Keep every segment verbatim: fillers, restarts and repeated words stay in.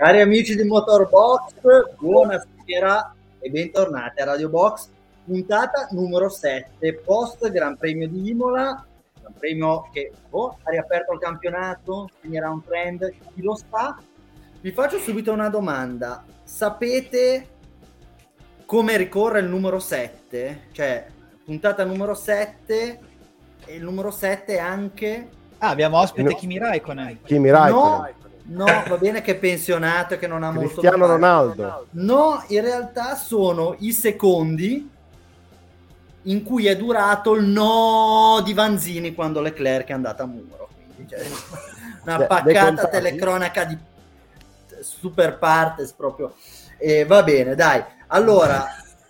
Cari amici di Motorbox, buonasera e bentornati a Radio Box, puntata numero sette, post Gran Premio di Imola, Gran Premio che oh, ha riaperto il campionato, finirà un trend, chi lo sa? Vi faccio subito una domanda, sapete come ricorre il numero sette? Cioè, puntata numero sette e il numero sette è anche... Ah, abbiamo ospite no. Kimi Raikkonen. Kimi Raikkonen. No, no, va bene che è pensionato e che non ha molto da Cristiano fare. Ronaldo. No, in realtà sono i secondi in cui è durato il no di Vanzini quando Leclerc è andato a muro. Quindi, cioè, una De- paccata telecronaca di super partes proprio. E va bene, dai. Allora,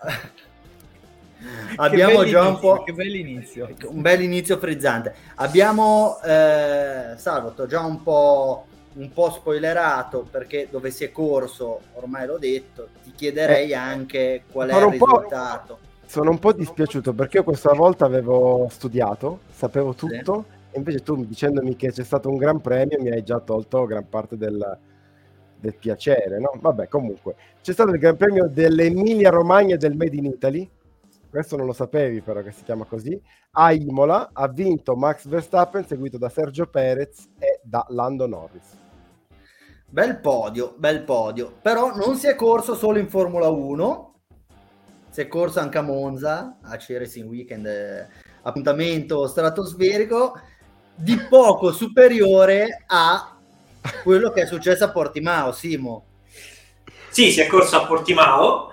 abbiamo già un po'... Che bell'inizio. Un bel inizio frizzante. Abbiamo, eh, Salvo, t'ho già un po'... un po' spoilerato perché dove si è corso ormai l'ho detto, ti chiederei eh, anche qual è sono il un po', risultato. Sono un po' dispiaciuto perché io questa volta avevo studiato, sapevo tutto, sì. E invece tu dicendomi che c'è stato un gran premio mi hai già tolto gran parte del, del piacere, no? Vabbè, comunque c'è stato il Gran Premio dell'Emilia Romagna del Made in Italy, questo non lo sapevi però che si chiama così, a Imola ha vinto Max Verstappen seguito da Sergio Perez e da Lando Norris. Bel podio, bel podio, però non si è corso solo in Formula uno, si è corso anche a Monza, a C-Racing Weekend, eh, appuntamento stratosferico, di poco superiore a quello che è successo a Portimao, Simo. Sì, si è corso a Portimao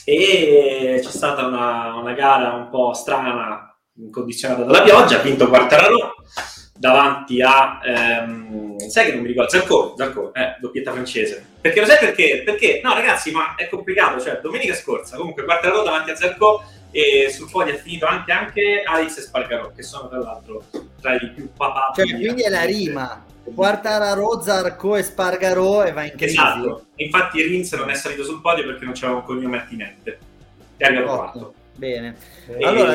e c'è stata una, una gara un po' strana, condizionata dalla pioggia, ha vinto Quartararo davanti a ehm, sai che non mi ricordo Zarco, Zarco eh, doppietta francese, perché lo sai perché? Perché no ragazzi, ma è complicato, cioè domenica scorsa comunque Quartararo davanti a Zarco e sul podio è finito anche, anche Alex Espargaró, che sono tra l'altro tra i più papabili, cioè quindi è la rima Quartararo, Zarco e Espargaró e va in crisi. Esatto, infatti Rins non è salito sul podio perché non c'era un cognome attinente, è arrivato quarto. Bene, e... allora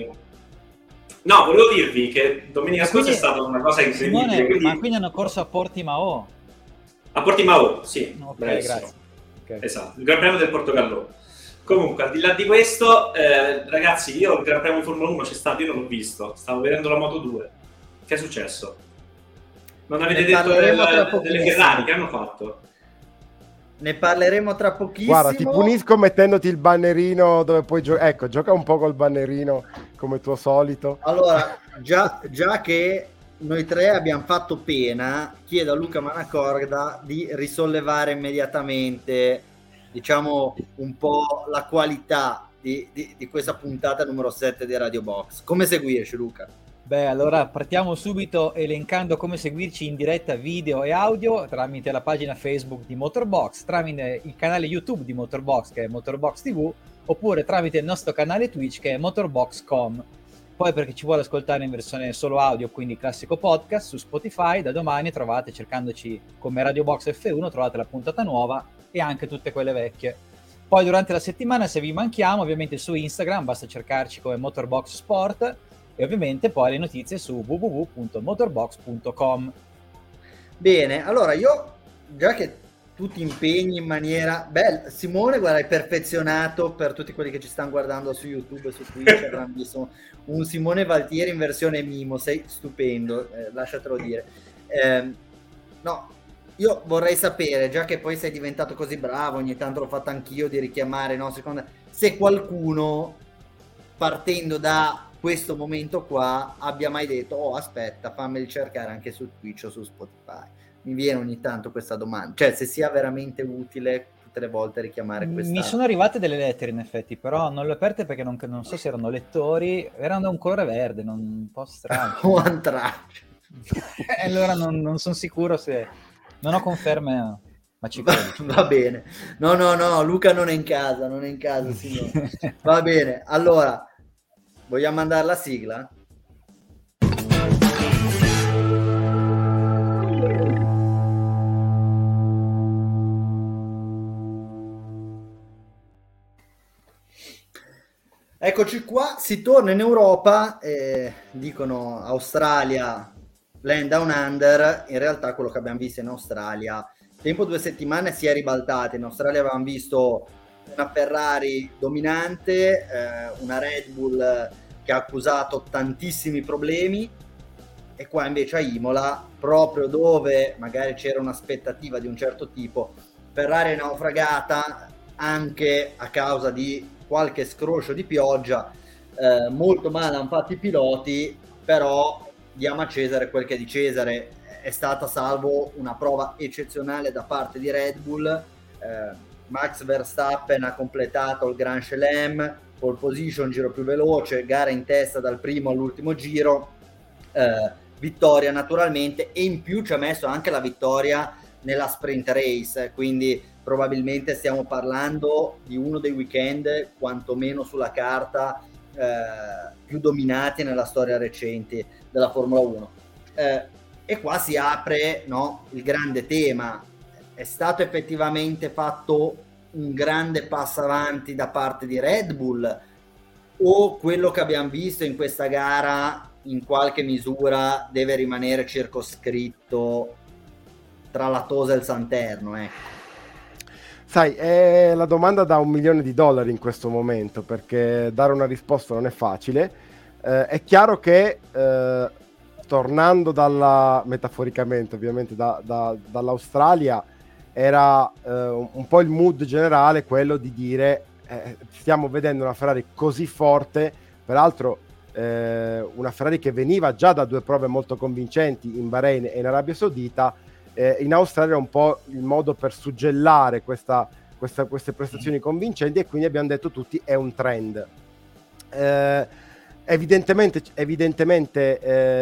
no, volevo dirvi che domenica scorsa quindi, è stata una cosa incredibile. Simone, quindi... Ma quindi hanno corso a Portimao? A Portimao, sì. Ok, bravissimo. grazie. Okay. Esatto, il Gran Premio del Portogallo. Comunque, al di là di questo, eh, ragazzi, io il Gran Premio di Formula uno c'è stato, io non l'ho visto. Stavo vedendo la Moto due. Che è successo? Non avete ne detto del, delle Ferrari, che hanno fatto? Ne parleremo tra pochissimo. Guarda, ti punisco mettendoti il bannerino dove puoi giocare. Ecco, gioca un po' col bannerino come tuo solito. Allora, già, già che noi tre abbiamo fatto pena, chiedo a Luca Manacorda di risollevare immediatamente, diciamo, un po' la qualità di, di, di questa puntata numero sette di Radio Box. Come seguirci, Luca? Beh, allora partiamo subito elencando come seguirci in diretta video e audio tramite la pagina Facebook di Motorbox, tramite il canale YouTube di Motorbox che è Motorbox T V, oppure tramite il nostro canale Twitch che è Motorbox punto com. Poi per chi ci vuole ascoltare in versione solo audio, quindi classico podcast, su Spotify da domani trovate, cercandoci come Radio Box F uno, trovate la puntata nuova e anche tutte quelle vecchie. Poi durante la settimana, se vi manchiamo, ovviamente su Instagram basta cercarci come Motorbox Sport, e ovviamente poi le notizie su w w w punto motorbox punto com. Bene, allora io, già che tu ti impegni in maniera bella, Simone, guarda, hai perfezionato, per tutti quelli che ci stanno guardando su YouTube e su Twitch, avranno visto un Simone Valtieri in versione mimo, sei stupendo, eh, lasciatelo dire. Eh, no, io vorrei sapere, già che poi sei diventato così bravo, ogni tanto l'ho fatto anch'io, di richiamare, no, secondo me, se qualcuno, partendo da questo momento qua, abbia mai detto, oh aspetta, fammeli cercare anche su Twitch o su Spotify. Mi viene ogni tanto questa domanda, cioè se sia veramente utile tutte le volte richiamare questa... Mi sono arrivate delle lettere in effetti, però non le ho aperte perché non, non so se erano lettori, erano un colore verde, non, un po' strano. One track. Allora non, non sono sicuro se... Non ho conferme, ma ci credo. Va bene. No, no, no, Luca non è in casa, non è in casa, signore. Va bene, allora, vogliamo mandare la sigla? Eccoci qua, si torna in Europa, eh, dicono Australia, Land Down Under, in realtà quello che abbiamo visto in Australia tempo due settimane si è ribaltata. In Australia avevamo visto una Ferrari dominante, eh, una Red Bull che ha accusato tantissimi problemi, e qua invece a Imola, proprio dove magari c'era un'aspettativa di un certo tipo, Ferrari è naufragata anche a causa di qualche scroscio di pioggia. Eh, molto male hanno fatto i piloti, però diamo a Cesare quel che è di Cesare. È stata, salvo una prova eccezionale da parte di Red Bull, eh, Max Verstappen ha completato il Grand Chelem, pole position, giro più veloce, gara in testa dal primo all'ultimo giro, eh, vittoria naturalmente, e in più ci ha messo anche la vittoria nella sprint race, quindi probabilmente stiamo parlando di uno dei weekend, quantomeno sulla carta, eh, più dominati nella storia recente della Formula uno. Eh, e qua si apre, no, il grande tema: è stato effettivamente fatto un grande passo avanti da parte di Red Bull, o quello che abbiamo visto in questa gara in qualche misura deve rimanere circoscritto tra la Tosa e il Santerno, ecco? Sai, è la domanda da un milione di dollari in questo momento, perché dare una risposta non è facile. Eh, è chiaro che eh, tornando dalla, metaforicamente ovviamente, da, da, dall'Australia, era eh, un po' il mood generale quello di dire eh, stiamo vedendo una Ferrari così forte, peraltro eh, una Ferrari che veniva già da due prove molto convincenti in Bahrain e in Arabia Saudita. Eh, in Australia è un po' il modo per suggellare questa, questa, queste prestazioni convincenti, e quindi abbiamo detto tutti è un trend. Eh, evidentemente evidentemente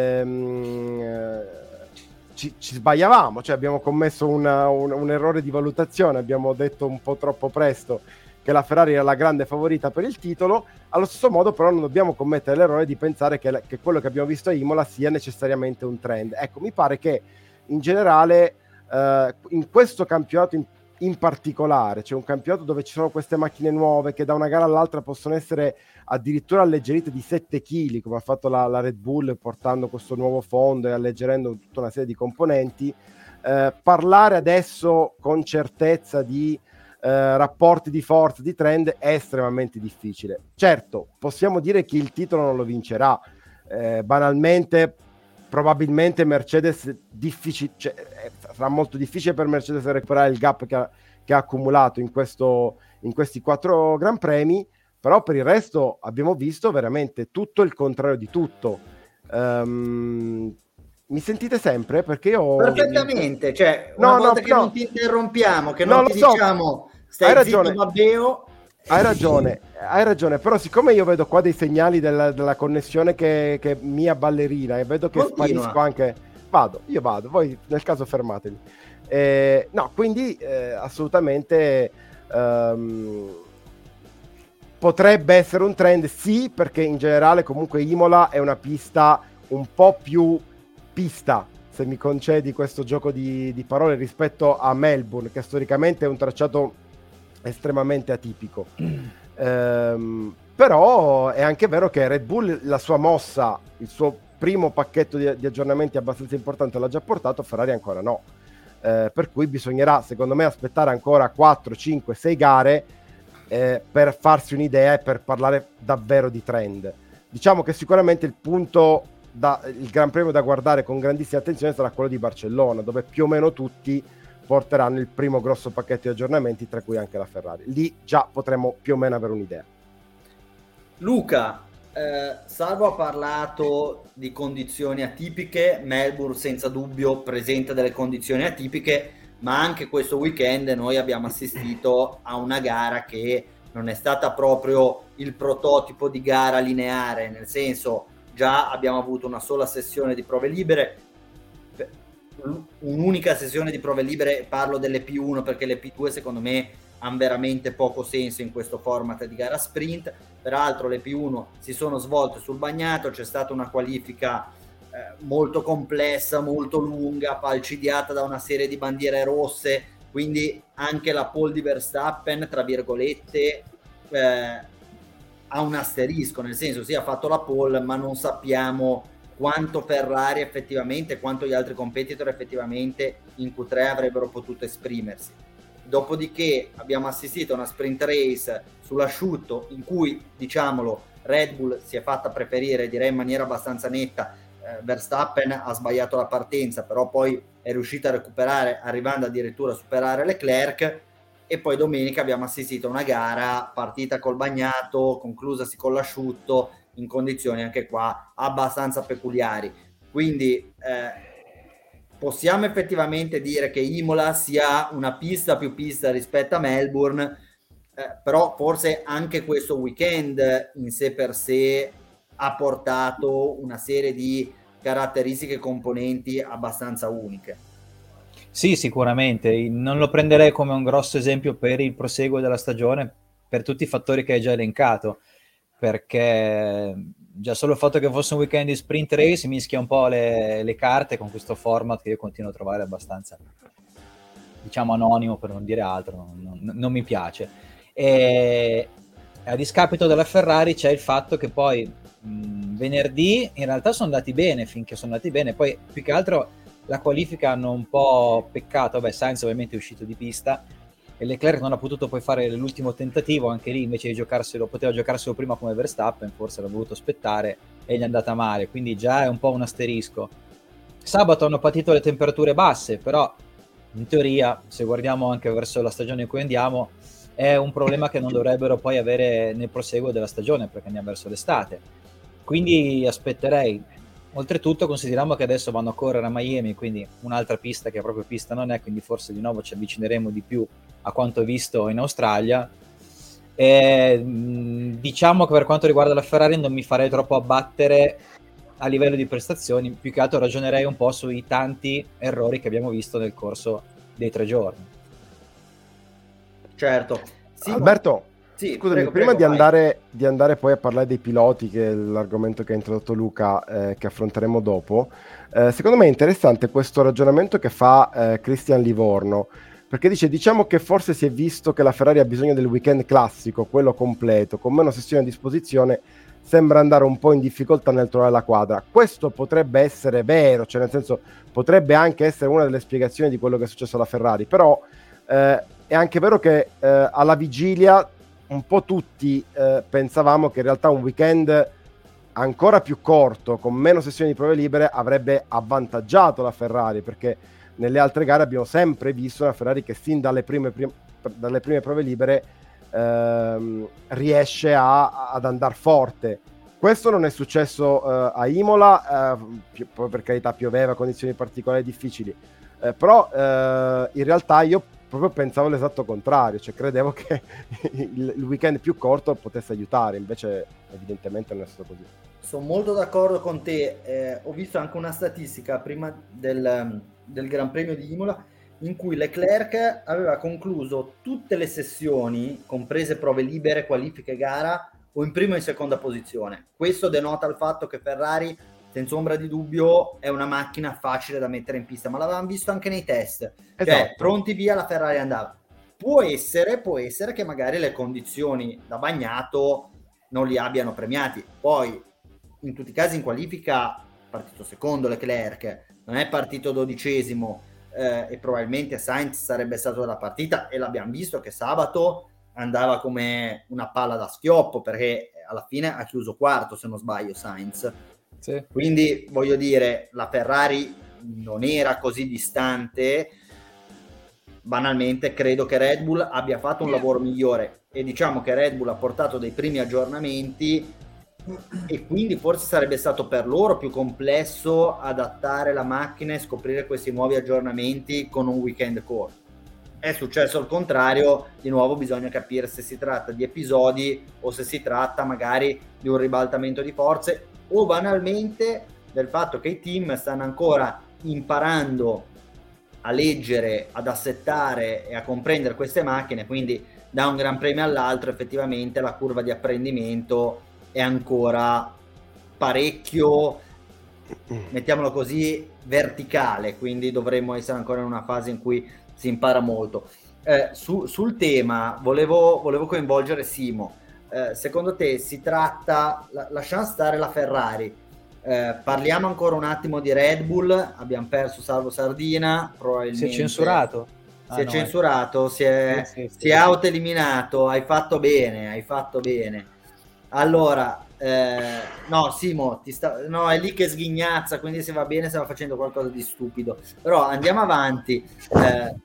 ehm, eh, ci, ci sbagliavamo, cioè abbiamo commesso una, un, un errore di valutazione, abbiamo detto un po' troppo presto che la Ferrari era la grande favorita per il titolo. Allo stesso modo però non dobbiamo commettere l'errore di pensare che, che quello che abbiamo visto a Imola sia necessariamente un trend. Ecco, mi pare che in generale eh, in questo campionato in, in particolare, c'è un campionato dove ci sono queste macchine nuove che da una gara all'altra possono essere addirittura alleggerite di sette chili, come ha fatto la, la Red Bull portando questo nuovo fondo e alleggerendo tutta una serie di componenti. Eh, parlare adesso con certezza di eh, rapporti di forza, di trend, è estremamente difficile. Certo, possiamo dire che il titolo non lo vincerà, eh, banalmente probabilmente Mercedes difficil- cioè, sarà molto difficile per Mercedes recuperare il gap che ha, che ha accumulato in, questo, in questi quattro Gran Premi, però per il resto abbiamo visto veramente tutto il contrario di tutto. Um, mi sentite sempre? Perché io... Perfettamente, cioè una no, volta no, che no. non ti interrompiamo, che non no, ti lo so. diciamo stai Hai zitto ragione. babbeo. Hai ragione, hai ragione, però siccome io vedo qua dei segnali della, della connessione che, che mia ballerina, e vedo che Continua. sparisco anche, vado, io vado, voi nel caso fermatemi. Eh, no, quindi eh, assolutamente ehm, potrebbe essere un trend, sì, perché in generale comunque Imola è una pista un po' più pista, se mi concedi questo gioco di, di parole, rispetto a Melbourne, che storicamente è un tracciato estremamente atipico. ehm, però è anche vero che Red Bull la sua mossa, il suo primo pacchetto di, di aggiornamenti abbastanza importante l'ha già portato, Ferrari ancora no, eh, per cui bisognerà secondo me aspettare ancora quattro, cinque, sei gare eh, per farsi un'idea e per parlare davvero di trend. Diciamo che sicuramente il punto da, il Gran Premio da guardare con grandissima attenzione sarà quello di Barcellona, dove più o meno tutti porteranno il primo grosso pacchetto di aggiornamenti, tra cui anche la Ferrari. Lì già potremo più o meno avere un'idea. Luca, eh, Salvo ha parlato di condizioni atipiche, Melbourne senza dubbio presenta delle condizioni atipiche, ma anche questo weekend noi abbiamo assistito a una gara che non è stata proprio il prototipo di gara lineare, nel senso già abbiamo avuto una sola sessione di prove libere, un'unica sessione di prove libere, parlo delle P uno perché le P due secondo me hanno veramente poco senso in questo format di gara sprint. Peraltro le P uno si sono svolte sul bagnato, c'è stata una qualifica eh, molto complessa, molto lunga, falcidiata da una serie di bandiere rosse, quindi anche la pole di Verstappen tra virgolette eh, ha un asterisco, nel senso sì, ha fatto la pole ma non sappiamo quanto Ferrari effettivamente, quanto gli altri competitor effettivamente in Q tre avrebbero potuto esprimersi. Dopodiché abbiamo assistito a una sprint race sull'asciutto in cui, diciamolo, Red Bull si è fatta preferire, direi in maniera abbastanza netta. eh, Verstappen ha sbagliato la partenza, però poi è riuscito a recuperare, arrivando addirittura a superare Leclerc. E poi domenica abbiamo assistito a una gara partita col bagnato, conclusasi con l'asciutto, in condizioni anche qua abbastanza peculiari. Quindi eh, possiamo effettivamente dire che Imola sia una pista più pista rispetto a Melbourne, eh, però forse anche questo weekend in sé per sé ha portato una serie di caratteristiche e componenti abbastanza uniche. Sì, sicuramente. Non lo prenderei come un grosso esempio per il proseguo della stagione, per tutti i fattori che hai già elencato, perché già solo il fatto che fosse un weekend di sprint race mischia un po' le, le carte con questo format che io continuo a trovare abbastanza, diciamo, anonimo, per non dire altro, non, non, non mi piace. E a discapito della Ferrari c'è il fatto che poi mh, venerdì in realtà sono andati bene, finché sono andati bene, poi più che altro la qualifica hanno un po' peccato. Beh, Sainz ovviamente è uscito di pista e Leclerc non ha potuto poi fare l'ultimo tentativo, anche lì invece di giocarselo, poteva giocarselo prima come Verstappen, forse l'ha voluto aspettare e gli è andata male, quindi già è un po' un asterisco. Sabato hanno patito le temperature basse, però in teoria, se guardiamo anche verso la stagione in cui andiamo, è un problema che non dovrebbero poi avere nel proseguo della stagione, perché andiamo verso l'estate. Quindi aspetterei. Oltretutto consideriamo che adesso vanno a correre a Miami, quindi un'altra pista che proprio pista non è, quindi forse di nuovo ci avvicineremo di più a quanto visto in Australia. E, mh, diciamo che per quanto riguarda la Ferrari non mi farei troppo abbattere a livello di prestazioni, più che altro ragionerei un po' sui tanti errori che abbiamo visto nel corso dei tre giorni. Certo. Sì, Alberto, sì, scusami, prego, prima prego, di, vai. andare, di andare poi a parlare dei piloti, che è l'argomento che ha introdotto Luca, eh, che affronteremo dopo, eh, secondo me è interessante questo ragionamento che fa eh, Christian Livorno, perché dice, diciamo che forse si è visto che la Ferrari ha bisogno del weekend classico, quello completo, con meno sessioni a disposizione, sembra andare un po' in difficoltà nel trovare la quadra. Questo potrebbe essere vero, cioè nel senso potrebbe anche essere una delle spiegazioni di quello che è successo alla Ferrari, però eh, è anche vero che eh, alla vigilia un po' tutti eh, pensavamo che in realtà un weekend ancora più corto, con meno sessioni di prove libere, avrebbe avvantaggiato la Ferrari, perché nelle altre gare abbiamo sempre visto una Ferrari che sin dalle prime, prim- dalle prime prove libere ehm, riesce a, ad andare forte. Questo non è successo eh, a Imola, eh, pi- poi per carità pioveva, condizioni particolari difficili, eh, però eh, in realtà io proprio pensavo l'esatto contrario, cioè credevo che il, il weekend più corto potesse aiutare, invece evidentemente non è stato così. Sono molto d'accordo con te, eh, ho visto anche una statistica prima del, del Gran Premio di Imola in cui Leclerc aveva concluso tutte le sessioni, comprese prove libere, qualifiche, gara, o in prima o in seconda posizione. Questo denota il fatto che Ferrari, senza ombra di dubbio, è una macchina facile da mettere in pista, ma l'avevamo visto anche nei test. Esatto. Cioè, pronti via, la Ferrari andava. Può essere, può essere che magari le condizioni da bagnato non li abbiano premiati. Poi, in tutti i casi, in qualifica partito secondo Leclerc, non è partito dodicesimo, eh, e probabilmente Sainz sarebbe stato della partita, e l'abbiamo visto che sabato andava come una palla da schioppo, perché alla fine ha chiuso quarto, se non sbaglio, Sainz. Sì. Quindi voglio dire, la Ferrari non era così distante. Banalmente credo che Red Bull abbia fatto un lavoro migliore, e diciamo che Red Bull ha portato dei primi aggiornamenti e quindi forse sarebbe stato per loro più complesso adattare la macchina e scoprire questi nuovi aggiornamenti con un weekend corto. È successo il contrario, di nuovo bisogna capire se si tratta di episodi o se si tratta magari di un ribaltamento di forze, o banalmente del fatto che i team stanno ancora imparando a leggere, ad assettare e a comprendere queste macchine, quindi da un Gran Premio all'altro effettivamente la curva di apprendimento è ancora parecchio, mettiamolo così, verticale, quindi dovremmo essere ancora in una fase in cui si impara molto. Eh, su, sul tema volevo, volevo coinvolgere Simo. Eh, secondo te si tratta, la, lasciamo stare la Ferrari, Eh, parliamo ancora un attimo di Red Bull, abbiamo perso Salvo Sardina, probabilmente... Si è censurato? Si è Ah, no, censurato, si è, sì, sì, sì, si è autoeliminato, hai fatto bene, hai fatto bene. Allora, eh, no Simo, ti sta... no, è lì che sghignazza, quindi se va bene stava facendo qualcosa di stupido. Però andiamo avanti. Eh,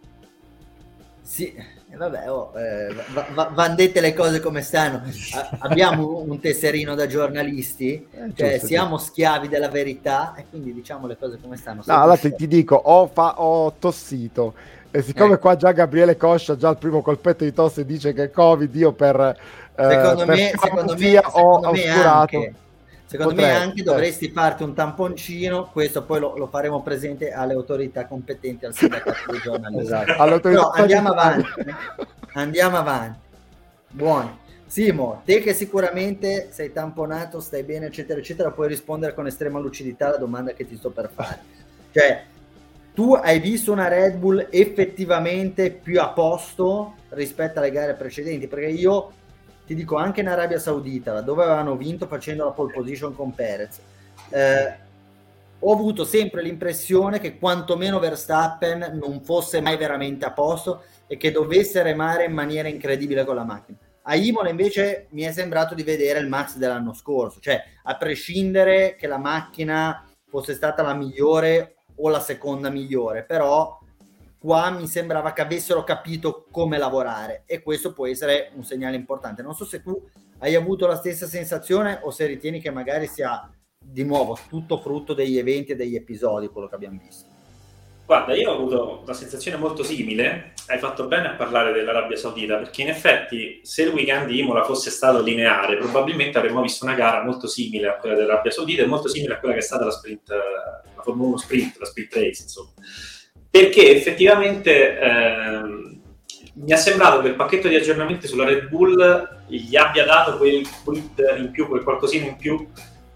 sì, eh, vabbè, oh, eh, va, va, van dette le cose come stanno. A- abbiamo un tesserino da giornalisti, Eh, cioè giusto, siamo giusto. schiavi della verità e quindi diciamo le cose come stanno. No, allora ti, ti dico, ho, fa- ho tossito. E siccome Ecco. qua già Gabriele Coscia, già il primo colpetto di tosse, dice che è Covid, io per, eh, Secondo per me, secondo me, scaramanzia ho secondo me oscurato. anche, secondo me Potrei, anche cioè. dovresti farti un tamponcino, questo poi lo, lo faremo presente alle autorità competenti, al sindacato dei giornalisti. Esatto. All'autorità Però andiamo sanitaria. avanti, andiamo avanti. Buoni. Simo, te che sicuramente sei tamponato, stai bene, eccetera, eccetera, puoi rispondere con estrema lucidità alla domanda che ti sto per fare. Cioè, tu hai visto una Red Bull effettivamente più a posto rispetto alle gare precedenti? Perché io ti dico, anche in Arabia Saudita, dove avevano vinto facendo la pole position con Perez, eh, ho avuto sempre l'impressione che quantomeno Verstappen non fosse mai veramente a posto e che dovesse remare in maniera incredibile con la macchina. A Imola invece mi è sembrato di vedere il Max dell'anno scorso, cioè a prescindere che la macchina fosse stata la migliore o la seconda migliore, però qua mi sembrava che avessero capito come lavorare e questo può essere un segnale importante. Non so se tu hai avuto la stessa sensazione o se ritieni che magari sia di nuovo tutto frutto degli eventi e degli episodi quello che abbiamo visto. Guarda, io ho avuto una sensazione molto simile, hai fatto bene a parlare dell'Arabia Saudita, perché in effetti se il weekend di Imola fosse stato lineare, probabilmente avremmo visto una gara molto simile a quella dell'Arabia Saudita e molto simile a quella che è stata la sprint, la Formula uno sprint, la sprint race, insomma. Perché effettivamente ehm, mi è sembrato che il pacchetto di aggiornamenti sulla Red Bull gli abbia dato quel quid in più, quel qualcosina in più,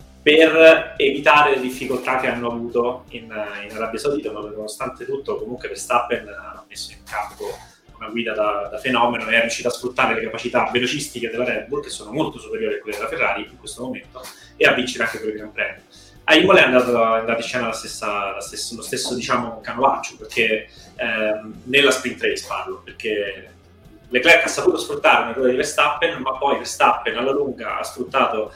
per evitare le difficoltà che hanno avuto in, in Arabia Saudita, ma nonostante tutto comunque Verstappen ha messo in campo una guida da, da fenomeno e è riuscito a sfruttare le capacità velocistiche della Red Bull, che sono molto superiori a quelle della Ferrari in questo momento, e a vincere anche quel Gran Premio. A Imola è andato, è andato in scena la stessa, la stesso, lo stesso diciamo canovaccio, perché ehm, nella sprint race parlo, perché Leclerc ha saputo sfruttare una cosa di Verstappen, ma poi Verstappen alla lunga ha sfruttato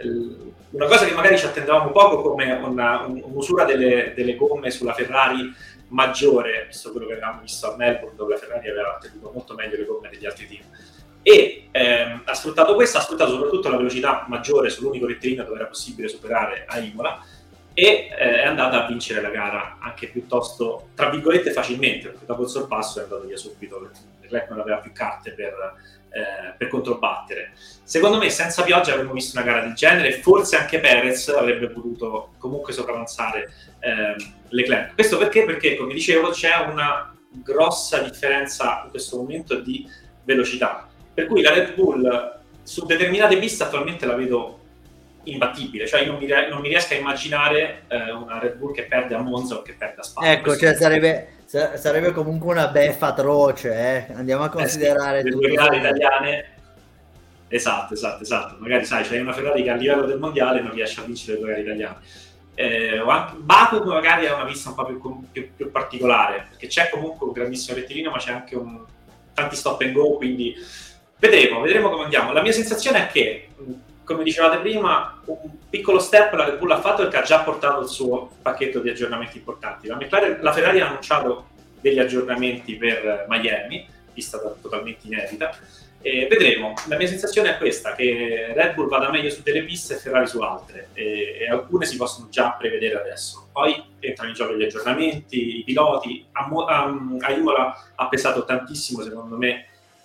una cosa che magari ci attendevamo poco, come una, un'usura delle, delle gomme sulla Ferrari maggiore, visto quello che avevamo visto a Melbourne, dove la Ferrari aveva tenuto molto meglio le gomme degli altri team, e ehm, ha sfruttato questo, ha sfruttato soprattutto la velocità maggiore sull'unico rettilineo dove era possibile superare a Imola, e eh, è andata a vincere la gara anche piuttosto, tra virgolette, facilmente, perché dopo il sorpasso è andato via subito, Leclerc non aveva più carte per Eh, per controbattere. Secondo me senza pioggia avremmo visto una gara del genere e forse anche Perez avrebbe potuto comunque sopravanzare eh, Leclerc. Questo perché? Perché, come dicevo, c'è una grossa differenza in questo momento di velocità, per cui la Red Bull su determinate piste attualmente la vedo imbattibile, cioè io non mi, non mi riesco a immaginare eh, una Red Bull che perde a Monza o che perde a Spa. Ecco, cioè sarebbe, sarebbe comunque una beffa atroce, eh? Andiamo a considerare eh sì, tutto le due gare italiane. Esatto, esatto, esatto. Magari sai, c'è una Ferrari che a livello del mondiale non riesce a vincere le due gare italiane. Eh, o anche, Baku magari è una pista un po' più, più, più particolare, perché c'è comunque un grandissimo rettilineo, ma c'è anche un, tanti stop and go, quindi vedremo, vedremo come andiamo. La mia sensazione è che, come dicevate prima, un piccolo step la Red Bull ha fatto perché ha già portato il suo pacchetto di aggiornamenti importanti. La, McLaren, la Ferrari ha annunciato degli aggiornamenti per Miami, pista totalmente inedita, e vedremo. La mia sensazione è questa, che Red Bull vada meglio su delle piste e Ferrari su altre, e, e alcune si possono già prevedere adesso. Poi entrano in gioco gli aggiornamenti, i piloti. A, a, a Imola ha pesato tantissimo, secondo me,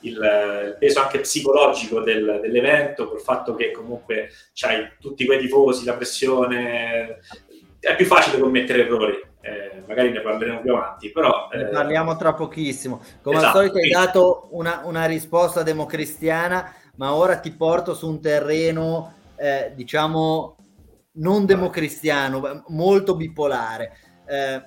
il peso anche psicologico del, dell'evento, col fatto che comunque c'hai tutti quei tifosi, la pressione, è più facile commettere errori, eh, magari ne parleremo più avanti, però ne eh, parliamo tra pochissimo. Come esatto, al solito hai quindi dato una, una risposta democristiana, ma ora ti porto su un terreno eh, diciamo non democristiano, molto bipolare. Eh,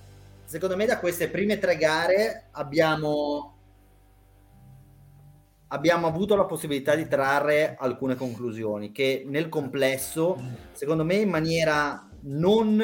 secondo me da queste prime tre gare abbiamo abbiamo avuto la possibilità di trarre alcune conclusioni che nel complesso, secondo me in maniera non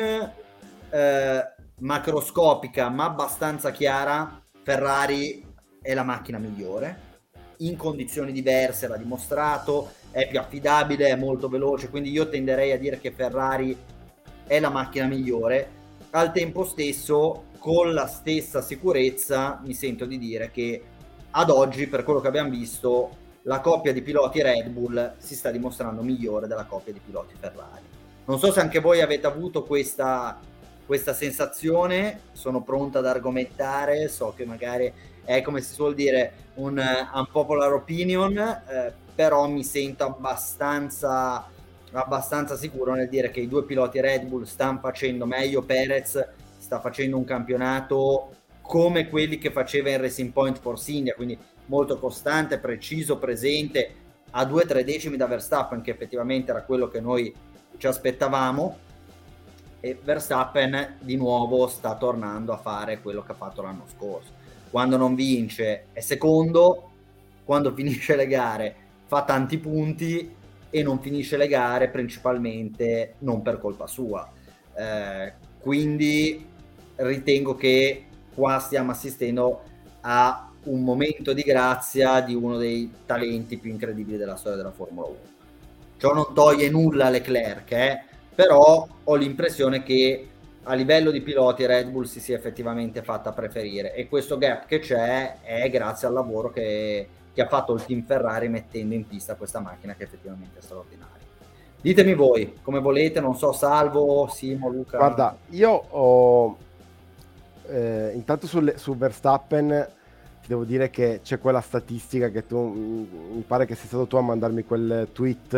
eh, macroscopica ma abbastanza chiara, Ferrari è la macchina migliore, in condizioni diverse, l'ha dimostrato, è più affidabile, è molto veloce, quindi io tenderei a dire che Ferrari è la macchina migliore. Al tempo stesso, con la stessa sicurezza, mi sento di dire che ad oggi, per quello che abbiamo visto, la coppia di piloti Red Bull si sta dimostrando migliore della coppia di piloti Ferrari. Non so se anche voi avete avuto questa, questa sensazione, sono pronta ad argomentare, so che magari è, come si suol dire, un uh, unpopular opinion, eh, però mi sento abbastanza, abbastanza sicuro nel dire che i due piloti Red Bull stanno facendo meglio. Perez sta facendo un campionato come quelli che faceva in Racing Point Force India, quindi molto costante, preciso, presente, a due tre decimi da Verstappen, che effettivamente era quello che noi ci aspettavamo, e Verstappen di nuovo sta tornando a fare quello che ha fatto l'anno scorso. Quando non vince è secondo, quando finisce le gare fa tanti punti e non finisce le gare principalmente non per colpa sua. Eh, quindi ritengo che qua stiamo assistendo a un momento di grazia di uno dei talenti più incredibili della storia della Formula uno. Ciò non toglie nulla a Leclerc, eh, però ho l'impressione che a livello di piloti Red Bull si sia effettivamente fatta preferire, e questo gap che c'è è grazie al lavoro che, che ha fatto il team Ferrari mettendo in pista questa macchina che effettivamente è straordinaria. Ditemi voi, come volete, non so, Salvo, Simo, Luca. Guarda, io ho eh, intanto sulle, su Verstappen ti devo dire che c'è quella statistica che tu, mi pare che sei stato tu a mandarmi quel tweet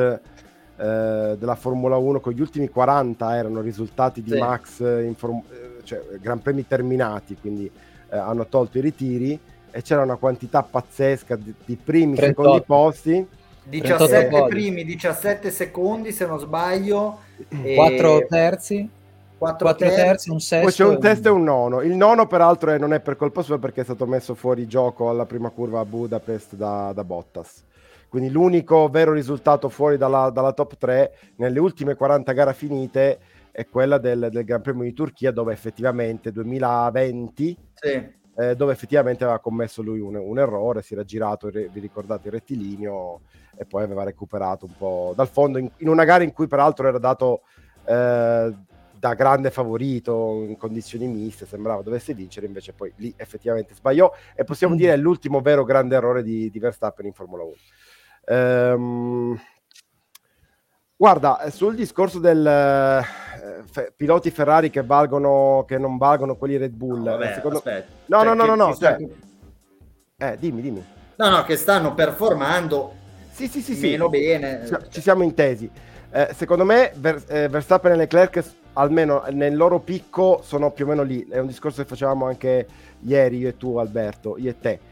eh, della Formula uno con gli ultimi quaranta erano risultati di sì. Max in form- cioè Gran Premi terminati, quindi eh, hanno tolto i ritiri e c'era una quantità pazzesca di, di primi, trentotto secondi posti, diciassette primi, diciassette secondi se non sbaglio, quattro terzi, quattro terzi, un sesto, poi c'è un sesto e un nono. Il nono peraltro è, non è per colpa sua, perché è stato messo fuori gioco alla prima curva a Budapest da, da Bottas. Quindi l'unico vero risultato fuori dalla, dalla top tre nelle ultime quaranta gare finite è quella del, del Gran Premio di Turchia, dove effettivamente duemilaventi sì. eh, dove effettivamente aveva commesso lui un, un errore, si era girato, vi ricordate, il rettilineo, e poi aveva recuperato un po' dal fondo in, in una gara in cui peraltro era dato eh, da grande favorito in condizioni miste, sembrava dovesse vincere, invece poi lì effettivamente sbagliò, e possiamo mm. dire è l'ultimo vero grande errore di, di Verstappen in Formula uno. Ehm, guarda, sul discorso del eh, fe, piloti Ferrari che valgono, che non valgono quelli Red Bull, no, vabbè, secondo... aspetta. no, cioè, no, no, no, no, sta... cioè... eh, dimmi, dimmi. No, no, che stanno performando sì, sì, sì, meno sì. bene. Ci, ci siamo intesi. Eh, secondo me Ver, eh, Verstappen e Leclerc, almeno nel loro picco, sono più o meno lì. È un discorso che facevamo anche ieri io e tu, Alberto, io e te.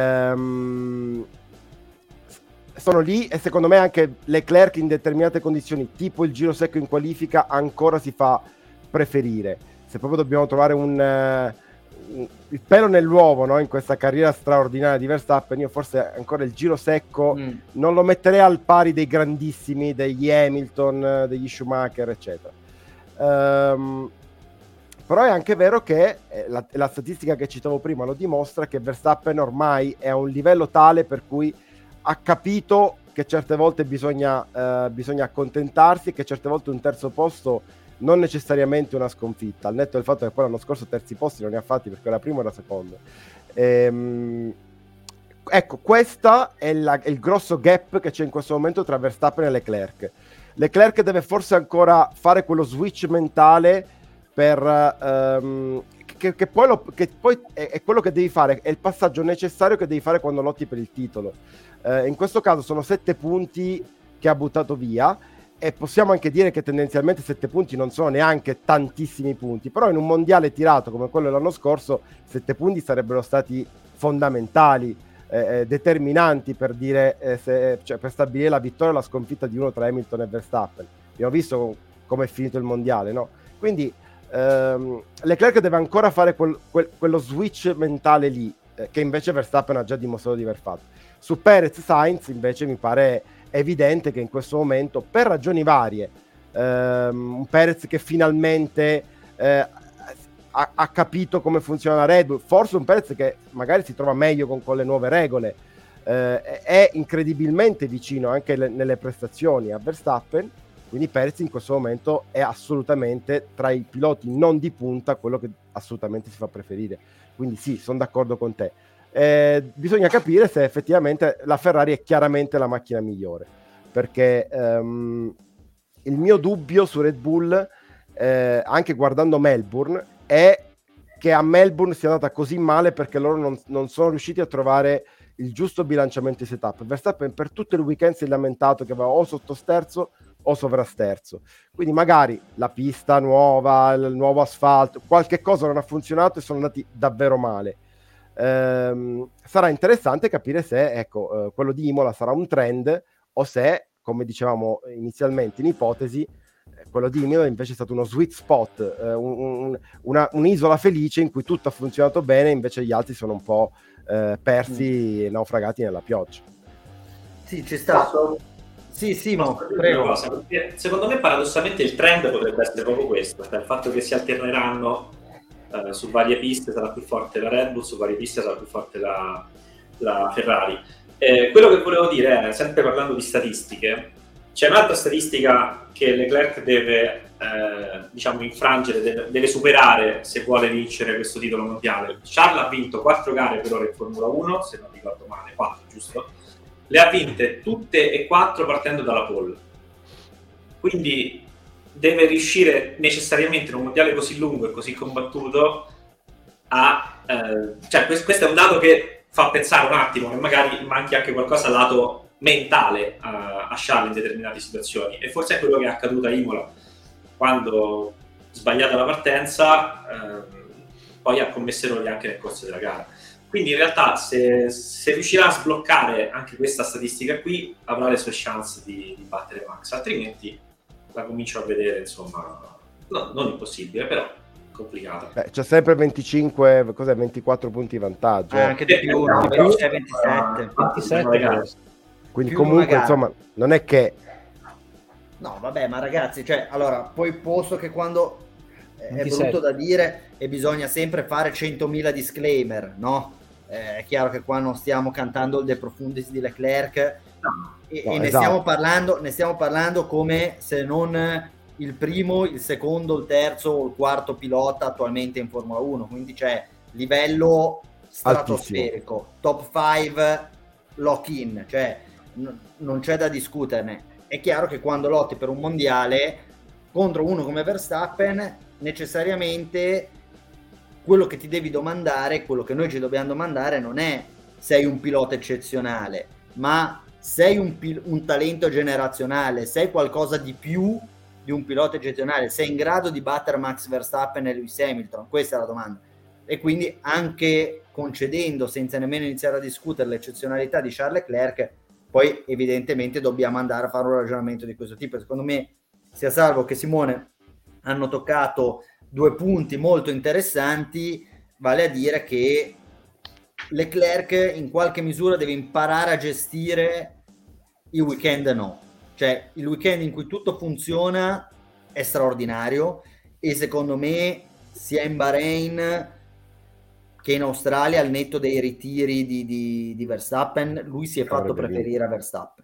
Ehm, sono lì, e secondo me anche Leclerc in determinate condizioni, tipo il giro secco in qualifica, ancora si fa preferire. Se proprio dobbiamo trovare un, uh, un il pelo nell'uovo, no? In questa carriera straordinaria di Verstappen, io forse ancora il giro secco mm. non lo metterei al pari dei grandissimi, degli Hamilton, degli Schumacher, eccetera. Um, però è anche vero che eh, la, la statistica che citavo prima lo dimostra, che Verstappen ormai è a un livello tale per cui ha capito che certe volte bisogna, eh, bisogna accontentarsi, che certe volte un terzo posto non necessariamente una sconfitta, al netto del fatto che poi l'anno scorso terzi posti non ne ha fatti perché era primo e era secondo. Ehm, ecco, questo è, la, è il grosso gap che c'è in questo momento tra Verstappen e Leclerc. Leclerc deve forse ancora fare quello switch mentale per ehm, che, che poi, lo, che poi è, è quello che devi fare, è il passaggio necessario che devi fare quando lotti per il titolo. Eh, in questo caso sono sette punti che ha buttato via, e possiamo anche dire che tendenzialmente sette punti non sono neanche tantissimi punti, però in un mondiale tirato come quello dell'anno scorso sette punti sarebbero stati fondamentali, eh, determinanti per dire eh, se, cioè per stabilire la vittoria o la sconfitta di uno tra Hamilton e Verstappen. Abbiamo visto come è finito il mondiale, no? Quindi ehm, Leclerc deve ancora fare quel, quel, quello switch mentale lì, eh, che invece Verstappen ha già dimostrato di aver fatto. Su Perez-Sainz invece mi pare evidente che in questo momento, per ragioni varie, ehm, un Perez che finalmente eh, ha, ha capito come funziona la Red Bull, forse un Perez che magari si trova meglio con, con le nuove regole, eh, è incredibilmente vicino anche le, nelle prestazioni a Verstappen, quindi Perez in questo momento è assolutamente tra i piloti non di punta quello che assolutamente si fa preferire, quindi sì, sono d'accordo con te. Eh, bisogna capire se effettivamente la Ferrari è chiaramente la macchina migliore, perché um, il mio dubbio su Red Bull, eh, anche guardando Melbourne, è che a Melbourne sia andata così male perché loro non, non sono riusciti a trovare il giusto bilanciamento di setup. Verstappen per tutto il weekend si è lamentato che aveva o sottosterzo o sovrasterzo, quindi magari la pista nuova, il nuovo asfalto, qualche cosa non ha funzionato e sono andati davvero male. Ehm, sarà interessante capire se ecco, eh, quello di Imola sarà un trend o se, come dicevamo inizialmente in ipotesi, eh, quello di Imola invece è stato uno sweet spot, eh, un, un, una, un'isola felice in cui tutto ha funzionato bene, invece gli altri sono un po' eh, persi e mm. naufragati nella pioggia. Sì, ci sta. Sì, sì, ma prego. Cosa, secondo me paradossalmente il trend potrebbe essere proprio questo, cioè il fatto che si alterneranno Uh, su varie piste sarà più forte la Red Bull, su varie piste sarà più forte la, la Ferrari. Eh, quello che volevo dire è, sempre parlando di statistiche, c'è un'altra statistica che Leclerc deve eh, diciamo infrangere, deve, deve superare se vuole vincere questo titolo mondiale. Charles ha vinto quattro gare per ora in Formula uno, se non ricordo male, quattro giusto? Le ha vinte tutte e quattro partendo dalla pole. Quindi deve riuscire necessariamente in un mondiale così lungo e così combattuto a... Eh, cioè questo, questo è un dato che fa pensare un attimo che magari manchi anche qualcosa lato mentale a, a Charles in determinate situazioni, e forse è quello che è accaduto a Imola quando, sbagliata la partenza, eh, poi ha commesso errori anche nel corso della gara. Quindi in realtà se, se riuscirà a sbloccare anche questa statistica qui avrà le sue chance di, di battere Max, altrimenti la comincio a vedere, insomma, no, non impossibile, però complicata. Beh, c'è sempre venticinque, cos'è, ventiquattro punti di vantaggio. Eh, anche di più, no, ventisette, ventisette. ventisette. Quindi più comunque, insomma, non è che... No, vabbè, ma ragazzi, cioè, allora, poi posto che quando è ventisette. brutto da dire e bisogna sempre fare centomila disclaimer, no? Eh, è chiaro che qua non stiamo cantando il De Profundis di Leclerc, no. E, No, e ne, esatto. stiamo parlando, ne stiamo parlando come se non il primo, il secondo, il terzo o il quarto pilota attualmente in Formula uno, quindi c'è livello stratosferico, altissimo. Top cinque lock-in, cioè n- non c'è da discuterne. È chiaro che quando lotti per un mondiale contro uno come Verstappen, necessariamente quello che ti devi domandare, quello che noi ci dobbiamo domandare non è sei un pilota eccezionale, ma sei un, pil- un talento generazionale, sei qualcosa di più di un pilota eccezionale, sei in grado di battere Max Verstappen e Lewis Hamilton? Questa è la domanda. E quindi anche concedendo, senza nemmeno iniziare a discutere l'eccezionalità di Charles Leclerc, poi evidentemente dobbiamo andare a fare un ragionamento di questo tipo. Secondo me sia Salvo che Simone hanno toccato due punti molto interessanti, vale a dire che Leclerc in qualche misura deve imparare a gestire il weekend no, cioè il weekend in cui tutto funziona è straordinario, e secondo me sia in Bahrain che in Australia, al netto dei ritiri di, di, di Verstappen, lui si è fatto Avrebbe preferire vinto. a Verstappen,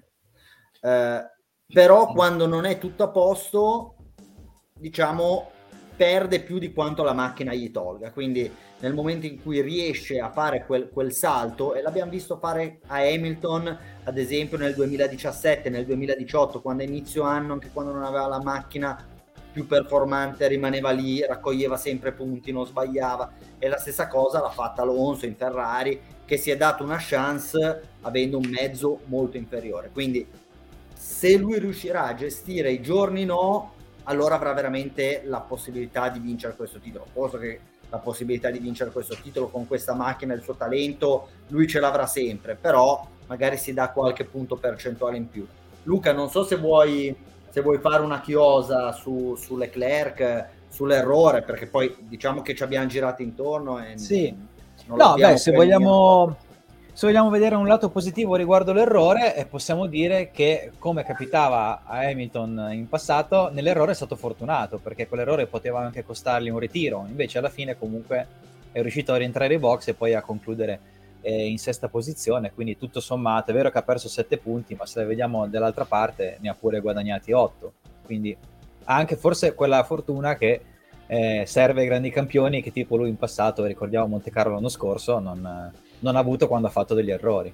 eh, però quando non è tutto a posto, diciamo, perde più di quanto la macchina gli tolga. Quindi nel momento in cui riesce a fare quel, quel salto, e l'abbiamo visto fare a Hamilton ad esempio nel duemiladiciassette, nel duemiladiciotto, quando a inizio anno, anche quando non aveva la macchina più performante, rimaneva lì, raccoglieva sempre punti, non sbagliava, e la stessa cosa l'ha fatta Alonso in Ferrari, che si è dato una chance avendo un mezzo molto inferiore. Quindi se lui riuscirà a gestire i giorni no, allora avrà veramente la possibilità di vincere questo titolo. Posto che la possibilità di vincere questo titolo con questa macchina e il suo talento lui ce l'avrà sempre, però magari si dà qualche punto percentuale in più. Luca, non so se vuoi se vuoi fare una chiosa su, su Leclerc, sull'errore, perché poi diciamo che ci abbiamo girato intorno e sì. non No, beh, se vogliamo Se vogliamo vedere un lato positivo riguardo l'errore, eh, possiamo dire che, come capitava a Hamilton in passato, nell'errore è stato fortunato, perché quell'errore poteva anche costargli un ritiro, invece alla fine comunque è riuscito a rientrare in box e poi a concludere eh, in sesta posizione, quindi tutto sommato è vero che ha perso sette punti, ma se vediamo dall'altra parte ne ha pure guadagnati otto, quindi ha anche forse quella fortuna che eh, serve ai grandi campioni, che tipo lui in passato, ricordiamo Monte Carlo l'anno scorso, non, non ha avuto quando ha fatto degli errori.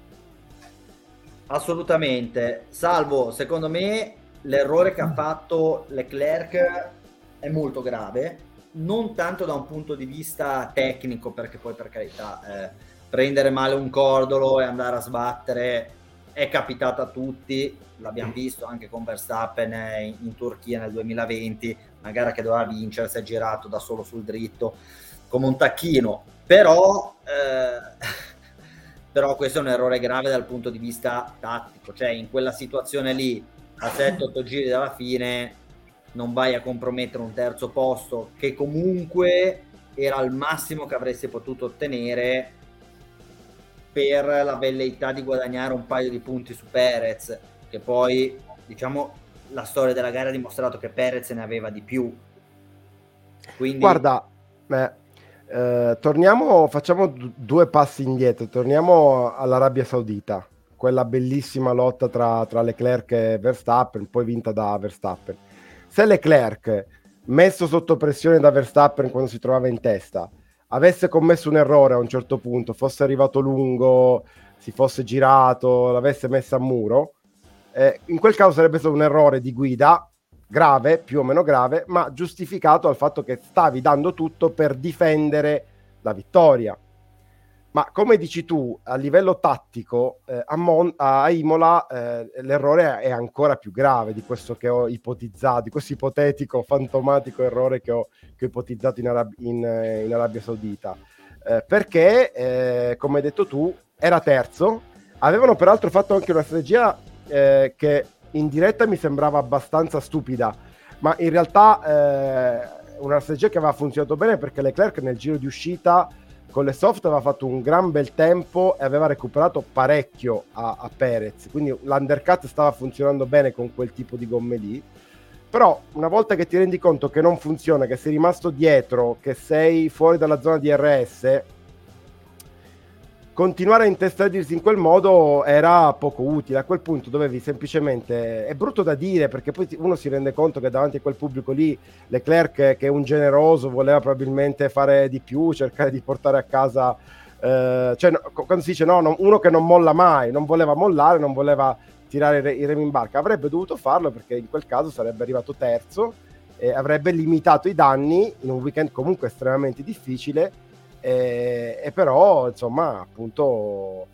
Assolutamente. Salvo, secondo me l'errore che ha fatto Leclerc è molto grave, non tanto da un punto di vista tecnico, perché poi per carità eh, prendere male un cordolo e andare a sbattere è capitato a tutti, l'abbiamo visto anche con Verstappen in, in Turchia nel duemilaventi, una gara che doveva vincere, si è girato da solo sul dritto come un tacchino, però eh, però questo è un errore grave dal punto di vista tattico, cioè in quella situazione lì a sette otto giri dalla fine non vai a compromettere un terzo posto che comunque era il massimo che avresti potuto ottenere per la velleità di guadagnare un paio di punti su Perez, che poi diciamo la storia della gara ha dimostrato che Perez ne aveva di più. Quindi guarda, eh, eh, torniamo, facciamo d- due passi indietro, torniamo all'Arabia Saudita, quella bellissima lotta tra, tra Leclerc e Verstappen, poi vinta da Verstappen. Se Leclerc, messo sotto pressione da Verstappen quando si trovava in testa, avesse commesso un errore a un certo punto, fosse arrivato lungo, si fosse girato, l'avesse messa a muro, eh, in quel caso sarebbe stato un errore di guida grave, più o meno grave, ma giustificato dal fatto che stavi dando tutto per difendere la vittoria. Ma come dici tu, a livello tattico, eh, a, Mon- a Imola eh, l'errore è ancora più grave di questo che ho ipotizzato, di questo ipotetico, fantomatico errore che ho, che ho ipotizzato in, Arab- in, in Arabia Saudita. Eh, perché, eh, come hai detto tu, era terzo. Avevano peraltro fatto anche una strategia eh, che in diretta mi sembrava abbastanza stupida, ma in realtà eh, una strategia che aveva funzionato bene, perché Leclerc nel giro di uscita con le soft aveva fatto un gran bel tempo e aveva recuperato parecchio a, a Perez, quindi l'undercut stava funzionando bene con quel tipo di gomme lì. Però una volta che ti rendi conto che non funziona, che sei rimasto dietro, che sei fuori dalla zona D R S, continuare a intestarsi in quel modo era poco utile. A quel punto dovevi semplicemente, è brutto da dire perché poi uno si rende conto che davanti a quel pubblico lì Leclerc, che è un generoso, voleva probabilmente fare di più, cercare di portare a casa eh, cioè no, quando si dice no, no, uno che non molla mai, non voleva mollare, non voleva tirare i, re, i remi in barca, avrebbe dovuto farlo perché in quel caso sarebbe arrivato terzo e avrebbe limitato i danni in un weekend comunque estremamente difficile. E, e però insomma appunto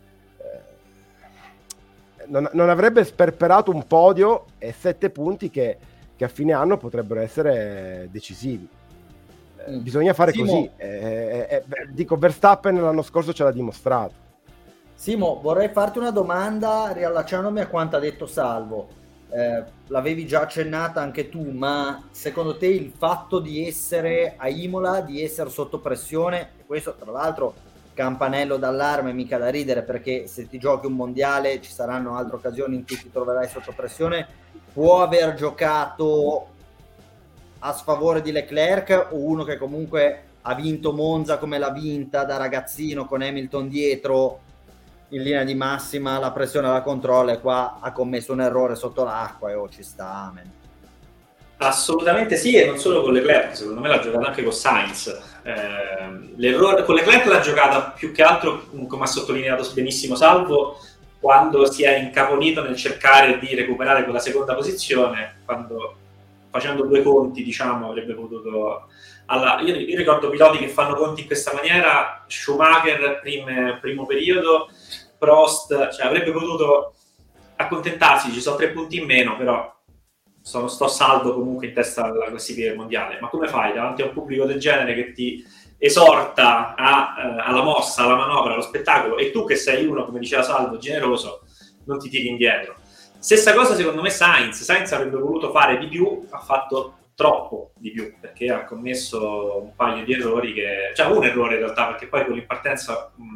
eh, non, non avrebbe sperperato un podio e sette punti che, che a fine anno potrebbero essere decisivi. Eh, mm. Bisogna fare Simo, così eh, eh, eh, dico Verstappen l'anno scorso ce l'ha dimostrato. Simo, vorrei farti una domanda riallacciandomi a quanto ha detto Salvo. Eh, l'avevi già accennata anche tu, ma secondo te il fatto di essere a Imola, di essere sotto pressione, e questo tra l'altro campanello d'allarme mica da ridere, perché se ti giochi un mondiale ci saranno altre occasioni in cui ti troverai sotto pressione, può aver giocato a sfavore di Leclerc, o uno che comunque ha vinto Monza come l'ha vinta da ragazzino con Hamilton dietro in linea di massima, la pressione alla controlla, e qua ha commesso un errore sotto l'acqua e oh, ci sta, man. Assolutamente sì, e non solo con Leclerc, secondo me l'ha giocata anche con Sainz. Eh, l'errore con Leclerc l'ha giocata più che altro, come ha sottolineato benissimo Salvo, quando si è incaponito nel cercare di recuperare quella seconda posizione, quando facendo due conti, diciamo, avrebbe potuto... Allora, io, io ricordo piloti che fanno conti in questa maniera, Schumacher prime, primo periodo, Prost, cioè avrebbe potuto accontentarsi, ci sono tre punti in meno, però sono, sto saldo comunque in testa alla classifica mondiale. Ma come fai davanti a un pubblico del genere che ti esorta a, eh, alla mossa, alla manovra, allo spettacolo, e tu che sei uno, come diceva Salvo, generoso, non ti tiri indietro? Stessa cosa secondo me Sainz, Sainz avrebbe voluto fare di più, ha fatto troppo di più, perché ha commesso un paio di errori che, cioè un errore in realtà, perché poi con l'impartenza mh,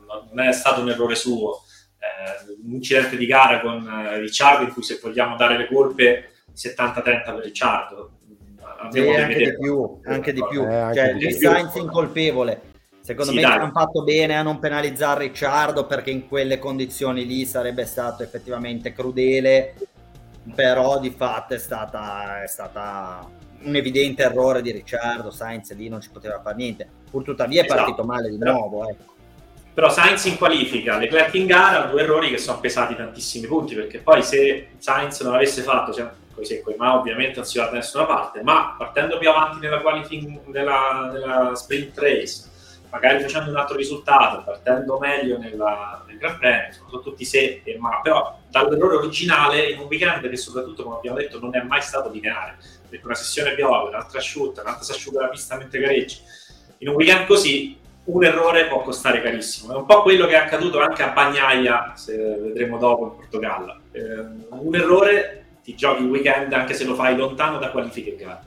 non è stato un errore suo. Eh, un incidente di gara con eh, Ricciardo in cui, se vogliamo dare le colpe, settanta trenta per Ricciardo. Sì, anche di più, anche di più. Eh, anche cioè, di il più. Sainz incolpevole. Secondo Sì, me dai. hanno fatto bene a non penalizzare Ricciardo, perché in quelle condizioni lì sarebbe stato effettivamente crudele, però di fatto è stata, è stata un evidente errore di Ricciardo. Sainz lì non ci poteva fare niente, pur tuttavia è Esatto. partito male di Però- nuovo, ecco. Però Sainz in qualifica, Leclerc in gara, due errori che sono pesati tantissimi punti, perché poi se Sainz non avesse fatto, cioè, così, ma ovviamente non si va da nessuna parte, ma partendo più avanti nella, qualifying, nella, nella sprint race, magari facendo un altro risultato, partendo meglio nella, nel Gran Premio, sono tutti se e ma, però dall'errore originale in un weekend che, soprattutto, come abbiamo detto, non è mai stato lineare, perché una sessione piove, un'altra asciutta, un'altra si asciuga la pista mentre gareggi. In un weekend così un errore può costare carissimo. È un po' quello che è accaduto anche a Bagnaia, se vedremo dopo, in Portogallo. Eh, un errore, ti giochi il weekend anche se lo fai lontano da qualifiche e gare.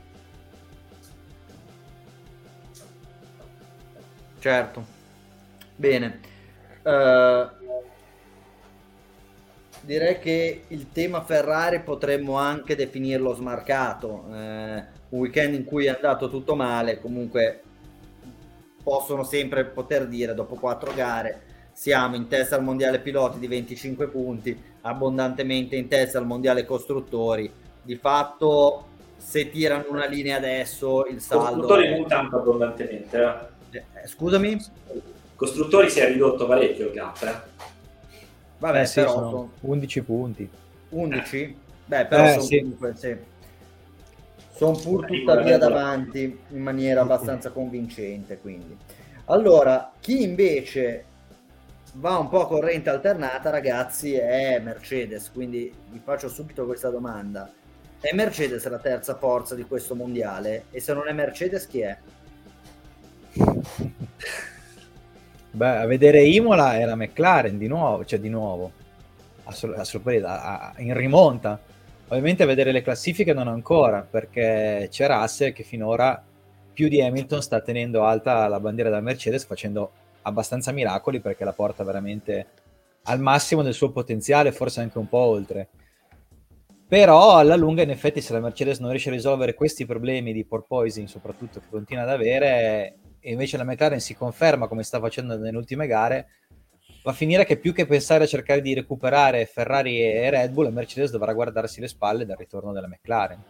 Certo. Bene. Eh, direi che il tema Ferrari potremmo anche definirlo smarcato. Eh, un weekend in cui è andato tutto male, comunque possono sempre poter dire, dopo quattro gare siamo in testa al mondiale piloti di venticinque punti, abbondantemente in testa al mondiale costruttori. Di fatto, se tirano una linea adesso, il saldo Costruttori è... non tanto abbondantemente. Eh. Eh, scusami? Costruttori si è ridotto parecchio il gap. Eh. Vabbè, Eh sì, però sono sono undici punti. undici? Beh, però Eh, sono sì. comunque, sì. Sono pur Sì, tuttavia guarda. davanti in maniera abbastanza convincente, quindi. Allora, chi invece va un po' a corrente alternata, ragazzi, è Mercedes, quindi vi faccio subito questa domanda. È Mercedes la terza forza di questo mondiale? E se non è Mercedes, chi è? Beh, a vedere Imola era McLaren di nuovo, cioè di nuovo, a, sor- a sorpresa, a- in rimonta. Ovviamente a vedere le classifiche non ancora, perché c'è Russell che finora più di Hamilton sta tenendo alta la bandiera da Mercedes, facendo abbastanza miracoli, perché la porta veramente al massimo del suo potenziale, forse anche un po' oltre. Però alla lunga, in effetti, se la Mercedes non riesce a risolvere questi problemi di porpoising, soprattutto, che continua ad avere, e invece la McLaren si conferma come sta facendo nelle ultime gare, va a finire che, più che pensare a cercare di recuperare Ferrari e Red Bull, la Mercedes dovrà guardarsi le spalle dal ritorno della McLaren.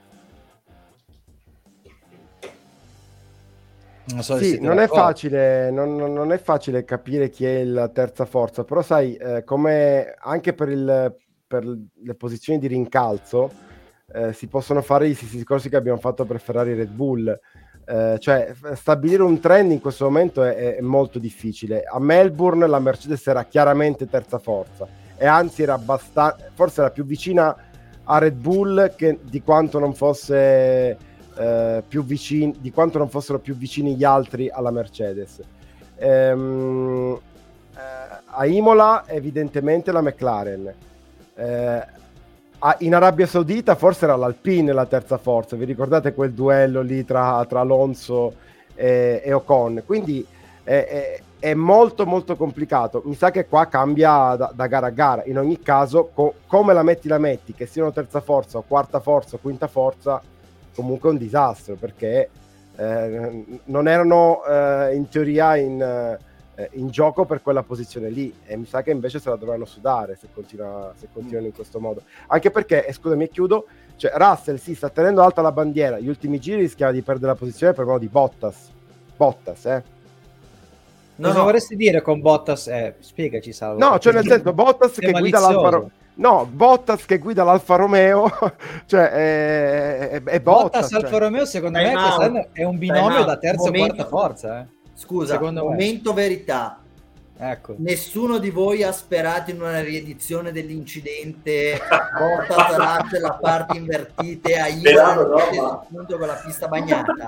Non so se Sì, siete non è d'accordo. facile, non, non- non è facile capire chi è la terza forza, però sai, eh, come anche per, il, per le posizioni di rincalzo eh, si possono fare gli stessi discorsi che abbiamo fatto per Ferrari e Red Bull. Eh, cioè, f- stabilire un trend in questo momento è, è- è molto difficile. A Melbourne la Mercedes era chiaramente terza forza e anzi era abbastanza, forse era più vicina a Red Bull che di quanto non fosse eh, più vicini, di quanto non fossero più vicini gli altri alla Mercedes. Ehm, eh, a Imola evidentemente la McLaren. Eh, a- in Arabia Saudita forse era l'Alpine la terza forza, vi ricordate quel duello lì tra, tra Alonso e, e Ocon? Quindi è, è- è molto molto complicato. Mi sa che qua cambia da, da gara a gara. In ogni caso, co- come la metti la metti, che siano terza forza o quarta forza o quinta forza, comunque è un disastro, perché eh, non erano eh, in teoria in, eh, in gioco per quella posizione lì, e mi sa che invece se la dovranno sudare se, continua, se continuano in questo modo. Anche perché, e scusami, chiudo, cioè Russell si sta tenendo alta la bandiera, gli ultimi giri rischiava di perdere la posizione per mano di Bottas. Bottas, eh. No, Cosa no. vorresti dire con Bottas? Eh, spiegaci, Salvo. No, cioè nel senso Bottas Sei che guida malizioso. l'Alfa Romeo. No, Bottas che guida l'Alfa Romeo, cioè è, è, è Bottas. Bottas Alfa cioè. Romeo, secondo Time me, out. quest'anno è un binomio Time out. da terza o Momento- quarta forza. Eh. Scusa, Secondo me. momento verità. Ecco. Nessuno di voi ha sperato in una riedizione dell'incidente Bottas Russell, la parte invertite a Sperato, Imola, no, ma- appunto con la pista bagnata.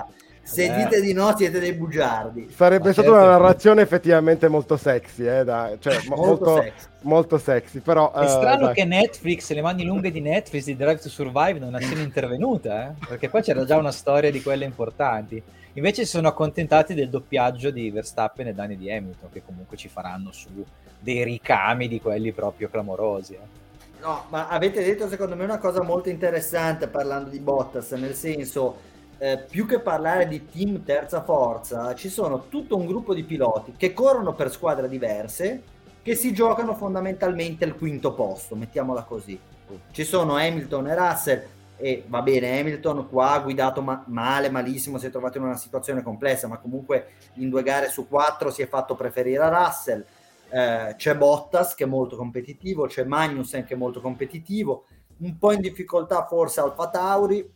Se Eh. dite di no siete dei bugiardi. Sarebbe Ma stata certo. una narrazione effettivamente molto sexy, eh, da- cioè, mo- Molto molto, sexy. molto sexy, però... È eh, strano dai. che Netflix, le mani lunghe di Netflix di Drive to Survive non siano intervenute, eh? Perché poi c'era già una storia di quelle importanti. Invece si sono accontentati del doppiaggio di Verstappen e Danny di Hamilton, che comunque ci faranno su dei ricami di quelli proprio clamorosi. eh. No, ma avete detto secondo me una cosa molto interessante parlando di Bottas, nel senso, eh, più che parlare di team terza forza, ci sono tutto un gruppo di piloti che corrono per squadre diverse, che si giocano fondamentalmente il quinto posto, mettiamola così. Ci sono Hamilton e Russell, e va bene, Hamilton qua ha guidato ma- male, malissimo, si è trovato in una situazione complessa, ma comunque in due gare su quattro si è fatto preferire a Russell. Eh, c'è Bottas che è molto competitivo, c'è Magnussen che è molto competitivo, un po' in difficoltà forse Alfa Tauri,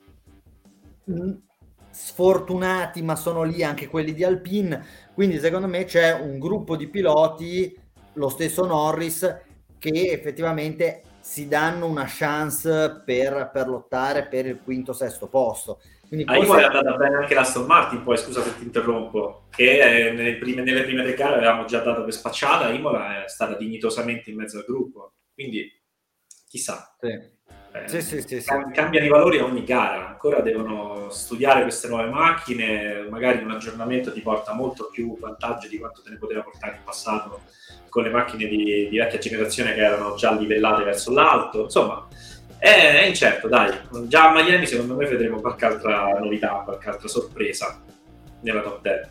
mm, sfortunati ma sono lì anche quelli di Alpine, quindi secondo me c'è un gruppo di piloti, lo stesso Norris, che effettivamente si danno una chance per, per lottare per il quinto sesto posto. Quindi A Imola è andata bene anche l'Aston Martin, poi scusa se ti interrompo, che eh, nelle, prime, nelle prime tre gare avevamo già dato per spacciata, Imola è stata dignitosamente in mezzo al gruppo, quindi chissà. Sì. Eh, Sì, sì, sì, sì. cam- cambiano i valori a ogni gara, ancora devono studiare queste nuove macchine, magari un aggiornamento ti porta molto più vantaggio di quanto te ne poteva portare in passato con le macchine di, di vecchia generazione che erano già livellate verso l'alto, insomma è, è incerto, dai, già a Miami secondo me vedremo qualche altra novità, qualche altra sorpresa nella top dieci.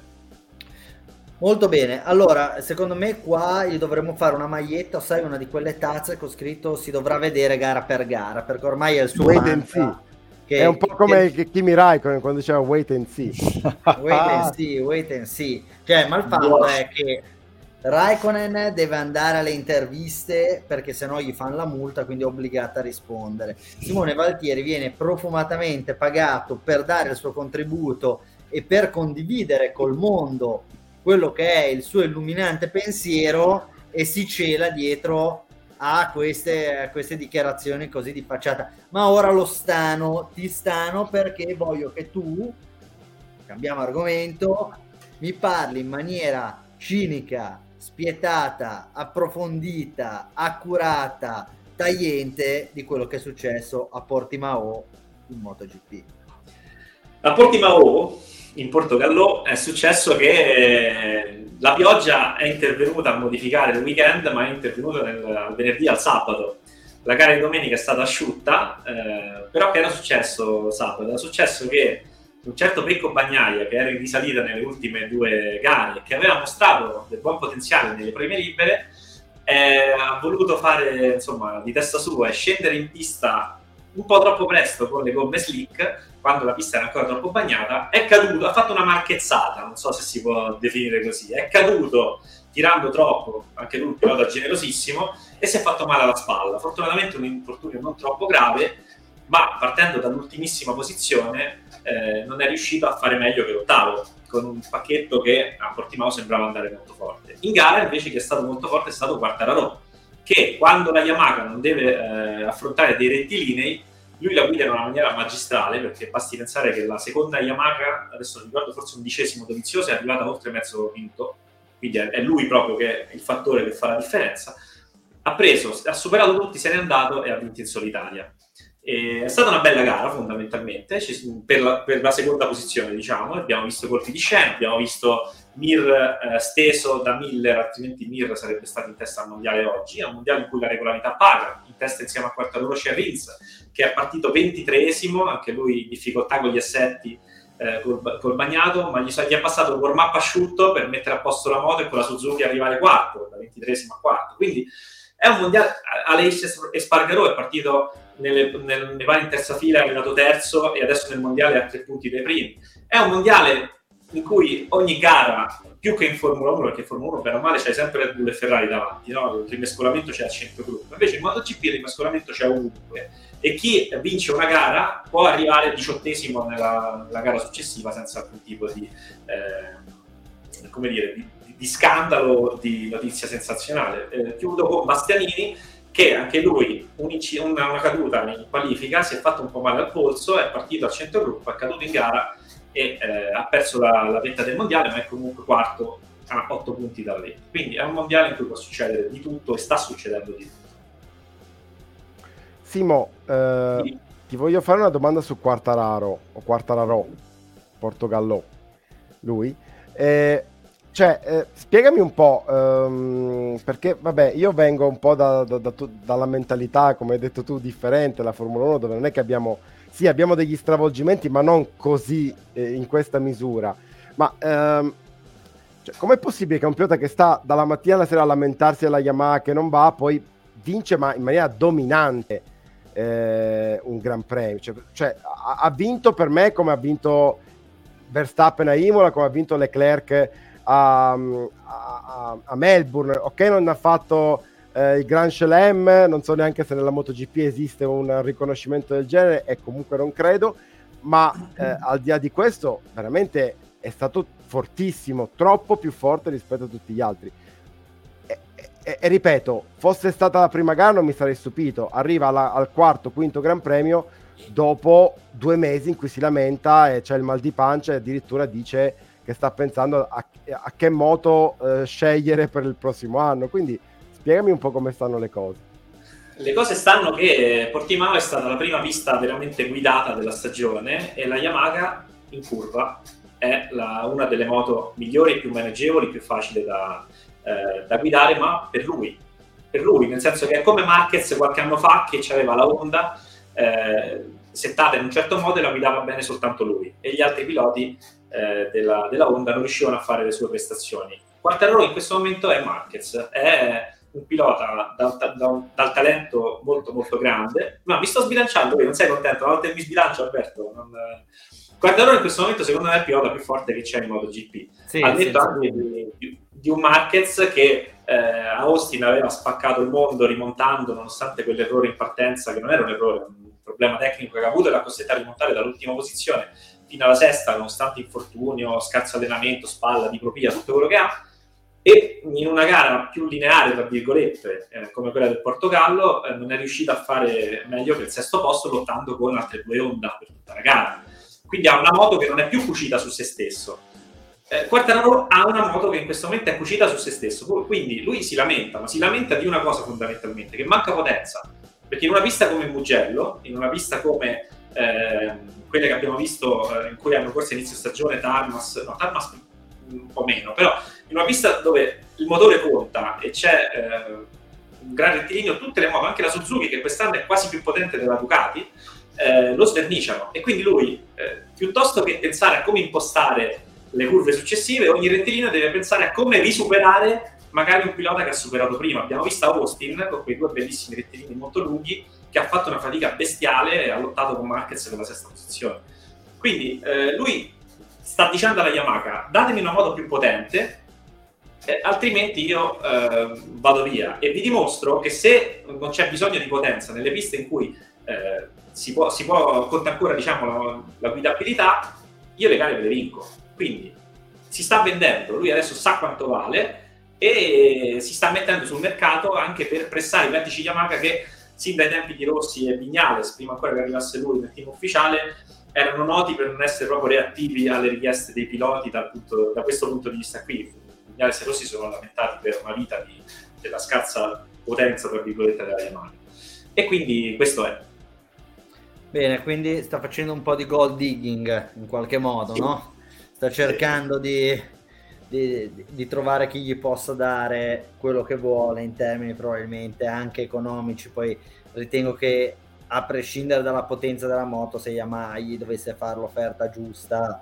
Molto bene, allora secondo me qua gli dovremmo fare una maglietta, sai, una di quelle tazze con scritto si dovrà vedere gara per gara, perché ormai è il suo Wait and mantra, che È un po' come che- Kimi Raikkonen quando diceva wait and see. wait and see, wait and see. Cioè, ma il fatto Buono. è che Raikkonen deve andare alle interviste perché sennò gli fanno la multa, quindi è obbligata a rispondere. Simone Valtieri viene profumatamente pagato per dare il suo contributo e per condividere col mondo quello che è il suo illuminante pensiero e si cela dietro a queste, a queste dichiarazioni così di facciata. Ma ora lo stano, ti stano perché voglio che tu, cambiamo argomento, mi parli in maniera cinica, spietata, approfondita, accurata, tagliente di quello che è successo a Portimao in MotoGP. A Portimao, in Portogallo, è successo che eh, la pioggia è intervenuta a modificare il weekend, ma è intervenuta nel venerdì al sabato. La gara di domenica è stata asciutta, eh, però che era successo sabato? Era successo che un certo Pecco Bagnaia, che era in risalita nelle ultime due gare, che aveva mostrato del buon potenziale nelle prime libere, eh, ha voluto fare, insomma, di testa sua e scendere in pista un po' troppo presto con le gomme slick, quando la pista era ancora troppo bagnata, è caduto, ha fatto una marchezzata, non so se si può definire così, è caduto tirando troppo, anche lui un pilota generosissimo, e si è fatto male alla spalla. Fortunatamente un infortunio non troppo grave, ma partendo dall'ultimissima posizione eh, non è riuscito a fare meglio che l'ottavo, con un pacchetto che a Portimao sembrava andare molto forte. In gara invece chi è stato molto forte è stato Quartararo, che quando la Yamaha non deve eh, affrontare dei rettilinei, lui la guida in una maniera magistrale, perché basti pensare che la seconda Yamaha, adesso non ricordo, forse undicesimo Dovizioso, è arrivata oltre mezzo minuto, quindi è, è lui proprio che è il fattore che fa la differenza. Ha preso, ha superato tutti, se n'è andato e ha vinto in solitaria. E è stata una bella gara fondamentalmente per la, per la seconda posizione, diciamo. Abbiamo visto colpi di scena, abbiamo visto Mir eh, steso da Miller, altrimenti Mir sarebbe stato in testa al mondiale oggi. È un mondiale in cui la regolarità paga. In testa insieme a Quartararo c'è Rins, che è partito ventitreesimo, anche lui in difficoltà con gli assetti eh, col, col bagnato, ma gli, gli è passato il warm up asciutto per mettere a posto la moto e con la Suzuki arrivare quarto, da ventitreesimo a quarto. Quindi è un mondiale. Aleix Espargaró è partito nelle, nel, ne va in terza fila, è arrivato terzo e adesso nel mondiale ha tre punti dai primi. È un mondiale in cui ogni gara, più che in Formula uno, perché in Formula uno bene o male c'hai sempre Red Bull e Ferrari davanti, no? Il rimescolamento c'è al centro gruppo, invece in MotoGP il rimescolamento c'è ovunque e chi vince una gara può arrivare diciottesimo nella, nella gara successiva senza alcun tipo di eh, come dire, di, di scandalo o di notizia sensazionale. Eh, chiudo con Bastianini, che anche lui un, una, una caduta in qualifica, si è fatto un po' male al polso, è partito al centrogruppo, è caduto in gara e eh, ha perso la, la vetta del mondiale, ma è comunque quarto a otto punti dalla vetta. Quindi è un mondiale in cui può succedere di tutto e sta succedendo di tutto. Simo, eh, sì. ti voglio fare una domanda su Quartararo o Quartararo, Portogallo, lui. Eh, cioè, eh, spiegami un po', ehm, perché vabbè, io vengo un po' da, da, da tu, dalla mentalità, come hai detto tu, differente, la Formula uno, dove non è che abbiamo, sì, abbiamo degli stravolgimenti, ma non così eh, in questa misura. Ma ehm, cioè, com'è possibile che un pilota che sta dalla mattina alla sera a lamentarsi della Yamaha che non va, poi vince ma in maniera dominante eh, un Gran Premio? Cioè, cioè ha, ha vinto per me come ha vinto Verstappen a Imola, come ha vinto Leclerc a, a, a Melbourne. Ok, non ha fatto eh, il Grand Chelem, non so neanche se nella MotoGP esiste un riconoscimento del genere, e comunque non credo, ma eh, al di là di questo veramente è stato fortissimo, troppo più forte rispetto a tutti gli altri. E, e, e ripeto, fosse stata la prima gara non mi sarei stupito, arriva alla, al quarto, quinto Gran Premio dopo due mesi in cui si lamenta e c'è il mal di pancia e addirittura dice che sta pensando a, a che moto eh, scegliere per il prossimo anno. Quindi spiegami un po' come stanno le cose. Le cose stanno che Portimao è stata la prima pista veramente guidata della stagione e la Yamaha in curva è la, una delle moto migliori, più maneggevoli, più facili da, eh, da guidare, ma per lui, per lui, nel senso che è come Marquez qualche anno fa che aveva la Honda eh, settata in un certo modo e la guidava bene soltanto lui, e gli altri piloti eh, della, della Honda non riuscivano a fare le sue prestazioni. Quartararo in questo momento è Marquez, è un pilota dal, dal, dal talento molto molto grande, ma mi sto sbilanciando, non sei contento? Una volta che mi sbilancio, Alberto, non... Quartararo in questo momento secondo me è il pilota più forte che c'è in MotoGP, sì, al netto sì, anche di, di, di un Marquez che eh, a Austin aveva spaccato il mondo rimontando, nonostante quell'errore in partenza che non era un errore, un problema tecnico che ha avuto, e l'ha costretta a rimontare dall'ultima posizione fino alla sesta, nonostante infortunio, scarso allenamento, spalla, dipropia, tutto quello che ha. E in una gara più lineare, tra virgolette, eh, come quella del Portogallo, eh, non è riuscita a fare meglio che il sesto posto, lottando con altre due Honda per tutta la gara. Quindi ha una moto che non è più cucita su se stesso. Eh, Quartararo ha una moto che in questo momento è cucita su se stesso. Quindi lui si lamenta, ma si lamenta di una cosa fondamentalmente, che manca potenza. Perché in una pista come Mugello, in una pista come eh, quelle che abbiamo visto, eh, in cui hanno corso inizio stagione Tarmas, no, Tarmas un po' meno, però in una pista dove il motore conta e c'è eh, un gran rettilineo, tutte le moto, anche la Suzuki che quest'anno è quasi più potente della Ducati, eh, lo sverniciano, e quindi lui eh, piuttosto che pensare a come impostare le curve successive, ogni rettilineo deve pensare a come risuperare magari un pilota che ha superato prima. Abbiamo visto Austin con quei due bellissimi rettilini molto lunghi, che ha fatto una fatica bestiale e ha lottato con Marquez per la sesta posizione. Quindi eh, lui sta dicendo alla Yamaha: datemi una moto più potente, eh, altrimenti io eh, vado via. E vi dimostro che se non c'è bisogno di potenza nelle piste in cui eh, si può, si può conta ancora, diciamo, la, la guidabilità, io le gare ve le vinco. Quindi si sta vendendo, lui adesso sa quanto vale e si sta mettendo sul mercato anche per pressare i vertici Yamaha che sin dai tempi di Rossi e Vignales, prima ancora che arrivasse lui nel team ufficiale, erano noti per non essere proprio reattivi alle richieste dei piloti dal punto, da questo punto di vista qui. Vignales e Rossi sono lamentati per una vita di, della scarsa potenza, tra virgolette, della Yamaha. E quindi questo è. Bene, quindi sta facendo un po' di gold digging in qualche modo, sì. No? Sta cercando sì. di, di, di trovare chi gli possa dare quello che vuole in termini probabilmente anche economici. Poi ritengo che, a prescindere dalla potenza della moto, se Yamaha gli dovesse fare l'offerta giusta,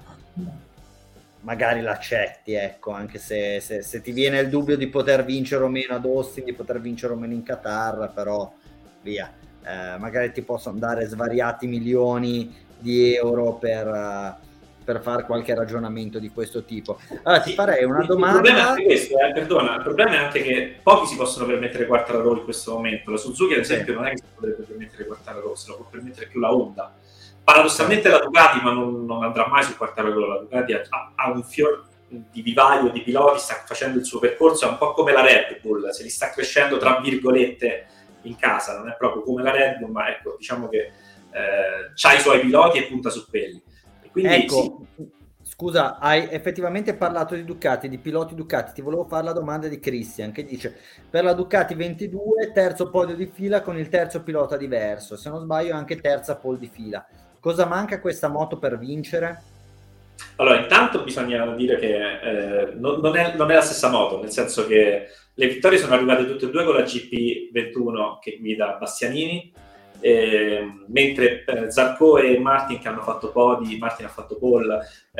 magari l'accetti, ecco, anche se, se, se ti viene il dubbio di poter vincere o meno ad Austin, di poter vincere o meno in Qatar, però via, eh, magari ti possono dare svariati milioni di euro per, uh, per fare qualche ragionamento di questo tipo. Allora ti farei una domanda. Il problema è anche questo, eh, perdona, il problema è anche che pochi si possono permettere Quartararo in questo momento. La Suzuki, ad esempio, sì. non è che si potrebbe permettere Quartararo, se lo può permettere più la Honda. Paradossalmente la Ducati, ma non, non andrà mai su Quartararo. La Ducati ha, ha un fior di vivaio di piloti, sta facendo il suo percorso, è un po' come la Red Bull, se li sta crescendo tra virgolette in casa, non è proprio come la Red Bull, ma ecco, diciamo che eh, c'ha i suoi piloti e punta su quelli. Quindi, ecco, sì. Scusa, hai effettivamente parlato di Ducati, di piloti Ducati. Ti volevo fare la domanda di Christian, che dice: per la Ducati ventidue, terzo podio di fila con il terzo pilota diverso, se non sbaglio anche terza pole di fila. Cosa manca a questa moto per vincere? Allora, intanto bisogna dire che eh, non, non, è, non è la stessa moto, nel senso che le vittorie sono arrivate tutte e due con la G P ventuno che guida Bastianini, eh, mentre eh, Zarco e Martin che hanno fatto podi, Martin ha fatto pole,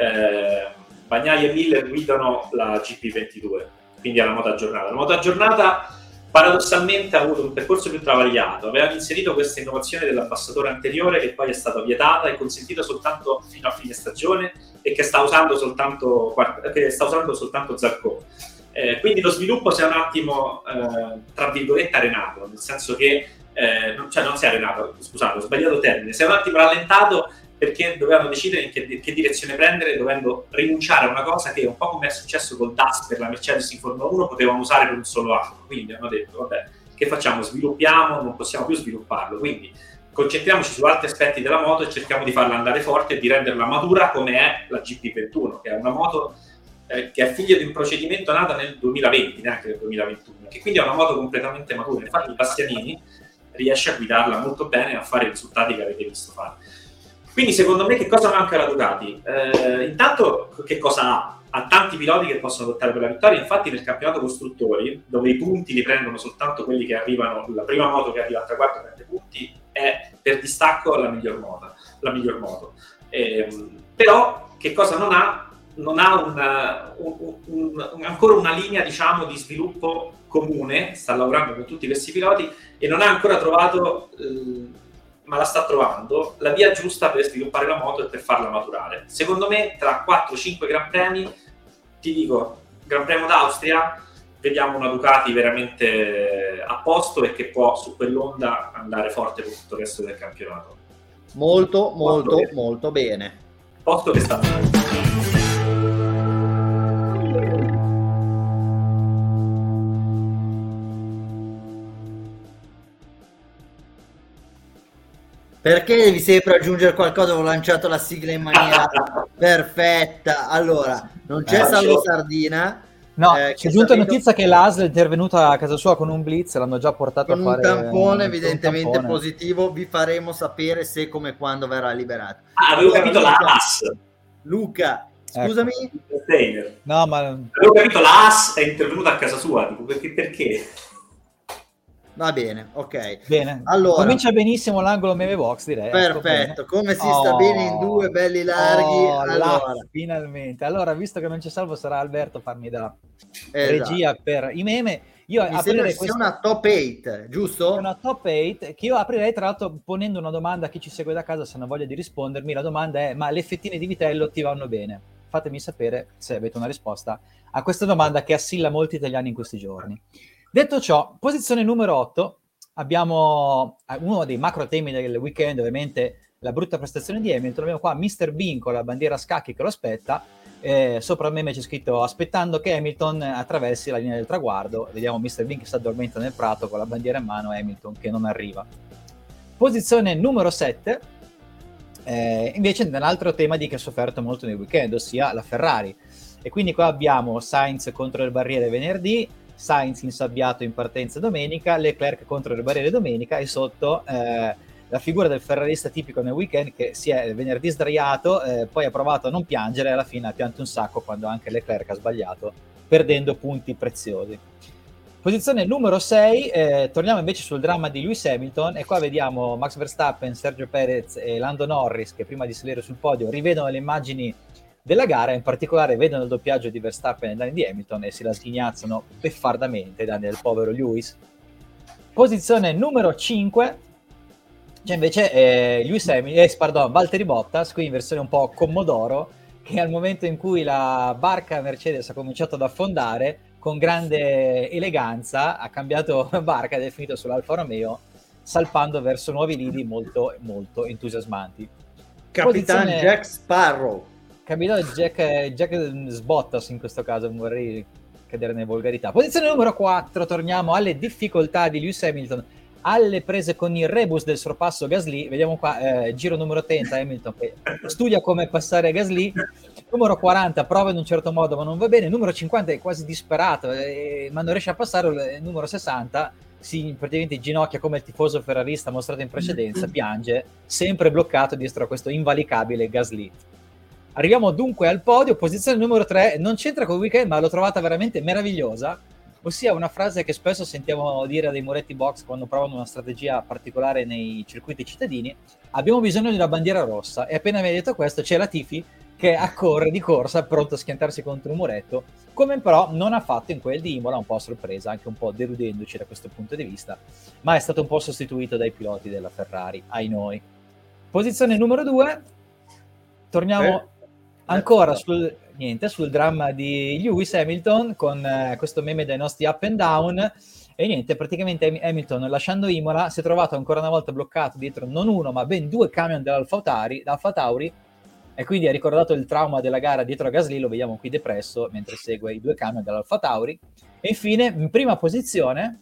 eh, Bagnaia e Miller guidano la G P ventidue, quindi è una moto aggiornata. La moto aggiornata paradossalmente ha avuto un percorso più travagliato, avevano inserito questa innovazione dell'abbassatore anteriore che poi è stata vietata e consentita soltanto fino a fine stagione e che sta usando soltanto, che sta usando soltanto Zarco. Eh, quindi lo sviluppo si è un attimo eh, tra virgolette arenato, nel senso che eh, non, cioè non si è arenato, scusate, ho sbagliato il termine, si è un attimo rallentato perché dovevano decidere in che, che direzione prendere, dovendo rinunciare a una cosa che un po' come è successo col D A S per la Mercedes in Formula uno potevano usare per un solo anno, quindi hanno detto vabbè, che facciamo? Sviluppiamo, non possiamo più svilupparlo, quindi concentriamoci su altri aspetti della moto e cerchiamo di farla andare forte e di renderla matura come è la G P ventuno, che è una moto eh, che è figlia di un procedimento nato nel duemilaventi, neanche nel duemilaventuno, che quindi è una moto completamente matura. Infatti Bastianini riesce a guidarla molto bene e a fare i risultati che avete visto fare. Quindi secondo me che cosa manca alla Ducati? Eh, intanto che cosa ha? Ha tanti piloti che possono lottare per la vittoria, infatti nel campionato costruttori, dove i punti li prendono soltanto quelli che arrivano, la prima moto che arriva a traguardo prende punti, è per distacco la miglior moto. La miglior moto. Eh, però che cosa non ha? Non ha una, un, un, un, ancora una linea, diciamo, di sviluppo comune, sta lavorando con tutti questi piloti e non ha ancora trovato... Eh, ma la sta trovando, la via giusta per sviluppare la moto e per farla maturare. Secondo me, tra quattro cinque Gran Premi, ti dico, Gran Premio d'Austria, vediamo una Ducati veramente a posto e che può su quell'onda andare forte per tutto il resto del campionato. Molto, molto, bene. molto bene. Posto che sta Perché devi sempre aggiungere qualcosa? Ho lanciato la sigla in maniera perfetta. Allora, non c'è Eh, Salvo c'ho- Sardina. No, eh, c'è che giunta sapevo- notizia che l'A S L è intervenuta a casa sua con un blitz, l'hanno già portato con a un fare tampone con un evidentemente tampone. positivo. Vi faremo sapere se, come e quando verrà liberato. Ah, avevo Allora, capito la Luca- A S. Luca, scusami. Taylor. No, ma Avevo capito la A S è intervenuta a casa sua, dico, perché? perché? Va bene, ok. bene. Allora, Comincia benissimo l'angolo Meme Box, direi. ecco, perfetto. bene. Come si Oh, sta bene in due belli larghi. oh, là, Allora, finalmente. Allora, visto che non c'è Salvo, sarà Alberto a farmi da esatto. regia per i meme. Io Mi sembra aprirei che sia questa una top otto, giusto? è una top otto che io aprirei tra l'altro ponendo una domanda a chi ci segue da casa se non ha voglia di rispondermi. La domanda è: ma le fettine di vitello ti vanno bene? Fatemi sapere se avete una risposta a questa domanda che assilla molti italiani in questi giorni. Detto ciò, posizione numero otto, abbiamo uno dei macro temi del weekend, ovviamente la brutta prestazione di Hamilton. Abbiamo qua mister Bean con la bandiera a scacchi che lo aspetta. Eh, sopra il meme c'è scritto aspettando che Hamilton attraversi la linea del traguardo. Vediamo mister Bean che si addormenta nel prato con la bandiera in mano, Hamilton che non arriva. Posizione numero sette, eh, invece nell'altro tema di che ha sofferto molto nel weekend, ossia la Ferrari. E quindi qua abbiamo Sainz contro le barriere venerdì, Sainz insabbiato in partenza domenica, Leclerc contro le barriere domenica e sotto eh, la figura del ferrarista tipico nel weekend che si è venerdì sdraiato, eh, poi ha provato a non piangere e alla fine ha pianto un sacco quando anche Leclerc ha sbagliato, perdendo punti preziosi. Posizione numero sei, eh, torniamo invece sul dramma di Lewis Hamilton e qua vediamo Max Verstappen, Sergio Perez e Lando Norris che prima di salire sul podio rivedono le immagini della gara, in particolare vedono il doppiaggio di Verstappen e danni di Hamilton e si la sghignazzano beffardamente ai danni del povero Lewis. Posizione numero cinque, c'è invece eh, Lewis Hamilton, eh, pardon, Valtteri Bottas, qui in versione un po' Commodoro, che al momento in cui la barca Mercedes ha cominciato ad affondare, con grande eleganza ha cambiato barca ed è finito sull'Alfa Romeo, salpando verso nuovi lidi molto, molto entusiasmanti. Capitan Posizione... Jack Sparrow. Capito Jack, Jack Sbottas in questo caso, non vorrei cadere nelle volgarità. Posizione numero quattro, torniamo alle difficoltà di Lewis Hamilton, alle prese con il rebus del sorpasso Gasly. Vediamo qua, eh, giro numero trenta, Hamilton che studia come passare Gasly. Numero quaranta prova in un certo modo ma non va bene. Numero cinquanta è quasi disperato, eh, ma non riesce a passare. Il numero sessanta si praticamente ginocchia come il tifoso ferrarista mostrato in precedenza, piange, sempre bloccato dietro a questo invalicabile Gasly. Arriviamo dunque al podio, posizione numero tre, non c'entra con il weekend ma l'ho trovata veramente meravigliosa, ossia una frase che spesso sentiamo dire dei muretti box quando provano una strategia particolare nei circuiti cittadini: abbiamo bisogno di una bandiera rossa. E appena mi hai detto questo c'è Latifi che accorre di corsa pronto a schiantarsi contro un muretto, come però non ha fatto in quel di Imola, un po' a sorpresa, anche un po' deludendoci da questo punto di vista, ma è stato un po' sostituito dai piloti della Ferrari, ai noi. Posizione numero due, torniamo Eh. ancora sul, niente, sul dramma di Lewis Hamilton con eh, questo meme dei nostri up and down. E niente, praticamente Hamilton, lasciando Imola, si è trovato ancora una volta bloccato dietro non uno ma ben due camion dell'Alfa Tauri, d'Alfa Tauri, e quindi ha ricordato il trauma della gara dietro a Gasly, lo vediamo qui depresso mentre segue i due camion dell'Alfa Tauri. E infine, in prima posizione,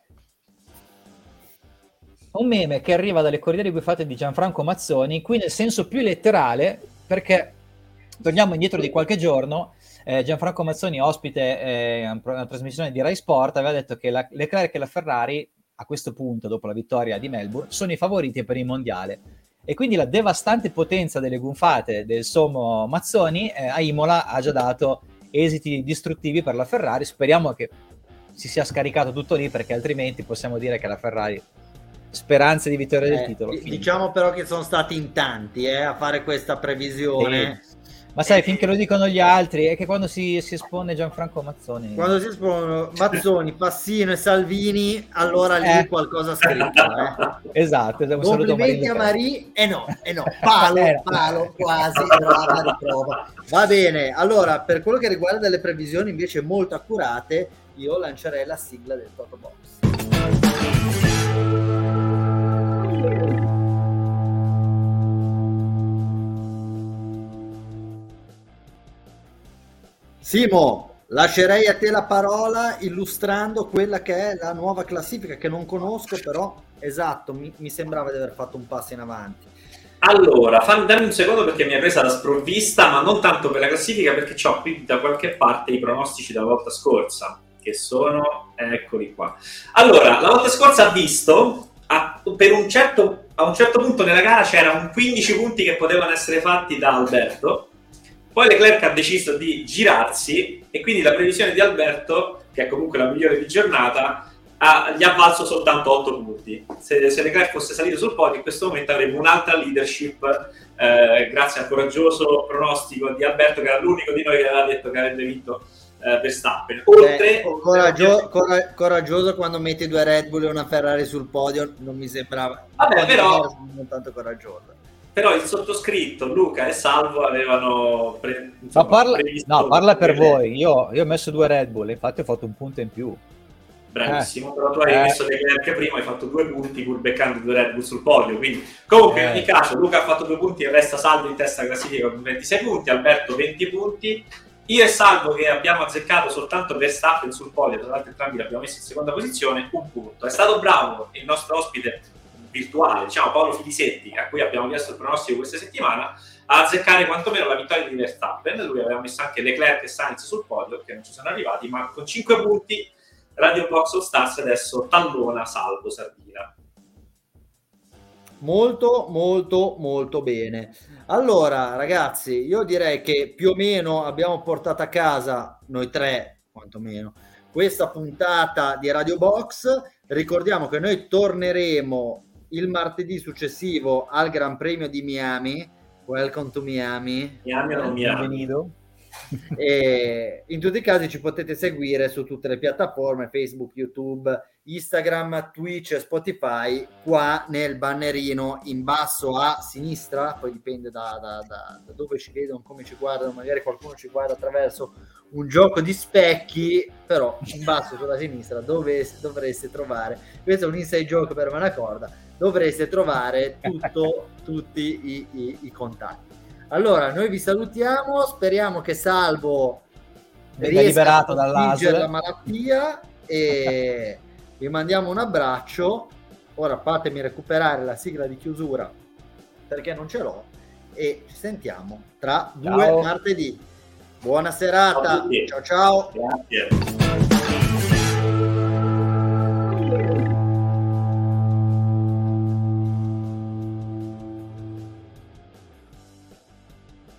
un meme che arriva dalle corriere guidate di Gianfranco Mazzoni, qui nel senso più letterale, perché torniamo indietro di qualche giorno. eh, Gianfranco Mazzoni, ospite eh, a una trasmissione di Rai Sport, aveva detto che la Leclerc e la Ferrari a questo punto, dopo la vittoria di Melbourne, sono i favoriti per il mondiale. E quindi la devastante potenza delle gonfate del sommo Mazzoni eh, a Imola ha già dato esiti distruttivi per la Ferrari. Speriamo che si sia scaricato tutto lì, perché altrimenti possiamo dire che la Ferrari, speranze di vittoria del Eh, titolo. diciamo però che sono stati in tanti eh, a fare questa previsione. Sì. Ma sai, finché lo dicono gli altri, è che quando si, si espone Gianfranco Mazzoni... Quando si espongono Mazzoni, Passino e Salvini, allora lì Eh. qualcosa scritto. Eh. Esatto, un saluto a Complimenti a Marino. Marie, e eh no, e eh no, palo, Eh. palo, quasi, brava di prova. Va bene, allora, per quello che riguarda le previsioni invece molto accurate, io lancerei la sigla del Toto Box. Simo, lascerei a te la parola illustrando quella che è la nuova classifica che non conosco, però esatto, mi, mi sembrava di aver fatto un passo in avanti. Allora, fammi, dammi un secondo perché mi ha presa la sprovvista, ma non tanto per la classifica, perché ho qui da qualche parte i pronostici della volta scorsa, che sono, eccoli qua. Allora, la volta scorsa ha visto, a, per un certo, a un certo punto nella gara c'erano quindici punti che potevano essere fatti da Alberto. Poi Leclerc ha deciso di girarsi e quindi la previsione di Alberto, che è comunque la migliore di giornata, ha, gli ha valso soltanto otto punti. Se, se Leclerc fosse salito sul podio, in questo momento avremmo un'altra leadership eh, grazie al coraggioso pronostico di Alberto, che era l'unico di noi che aveva detto che avrebbe vinto eh, Verstappen. Oltre, Beh, coraggio, cora, coraggioso quando metti due Red Bull e una Ferrari sul podio, non mi sembrava. Vabbè, però non tanto coraggioso. Però il sottoscritto, Luca e Salvo avevano pre- insomma, no, parla, previsto... no, parla per voi. Io, io ho messo due Red Bull, infatti ho fatto un punto in più. Bravissimo, eh. però tu hai eh. messo Leclerc prima, hai fatto due punti pur beccando due Red Bull sul podio, quindi comunque eh. in ogni caso Luca ha fatto due punti e resta saldo in testa alla classifica con ventisei punti, Alberto venti punti, io e Salvo che abbiamo azzeccato soltanto Verstappen sul podio, tra l'altro entrambi l'abbiamo messo in seconda posizione, un punto. È stato bravo il nostro ospite virtuale, diciamo Paolo Filisetti, a cui abbiamo chiesto il pronostico questa settimana, a azzeccare quantomeno la vittoria di Verstappen. Lui aveva messo anche Leclerc e Sainz sul podio, che non ci sono arrivati, ma con cinque punti Radio Box All Stars adesso tallona Salvo Sardina. Molto molto molto bene. Allora ragazzi, io direi che più o meno abbiamo portato a casa, noi tre quantomeno, questa puntata di Radio Box. Ricordiamo che noi torneremo il martedì successivo al Gran Premio di Miami. Welcome to Miami. Miami o non Miami? E in tutti i casi ci potete seguire su tutte le piattaforme: Facebook, YouTube, Instagram, Twitch e Spotify. Qua nel bannerino in basso a sinistra, poi dipende da, da, da, da dove ci vedono, come ci guardano, magari qualcuno ci guarda attraverso un gioco di specchi, però in basso sulla sinistra dove dovreste trovare, questo è un inside joke per Manacorda, dovreste trovare tutto, tutti i, i, i contatti. Allora, noi vi salutiamo, speriamo che Salvo venga liberato dall'A S L la malattia e vi mandiamo un abbraccio. Ora fatemi recuperare la sigla di chiusura perché non ce l'ho e ci sentiamo tra Ciao. due martedì. Buona serata, ciao ciao. Grazie.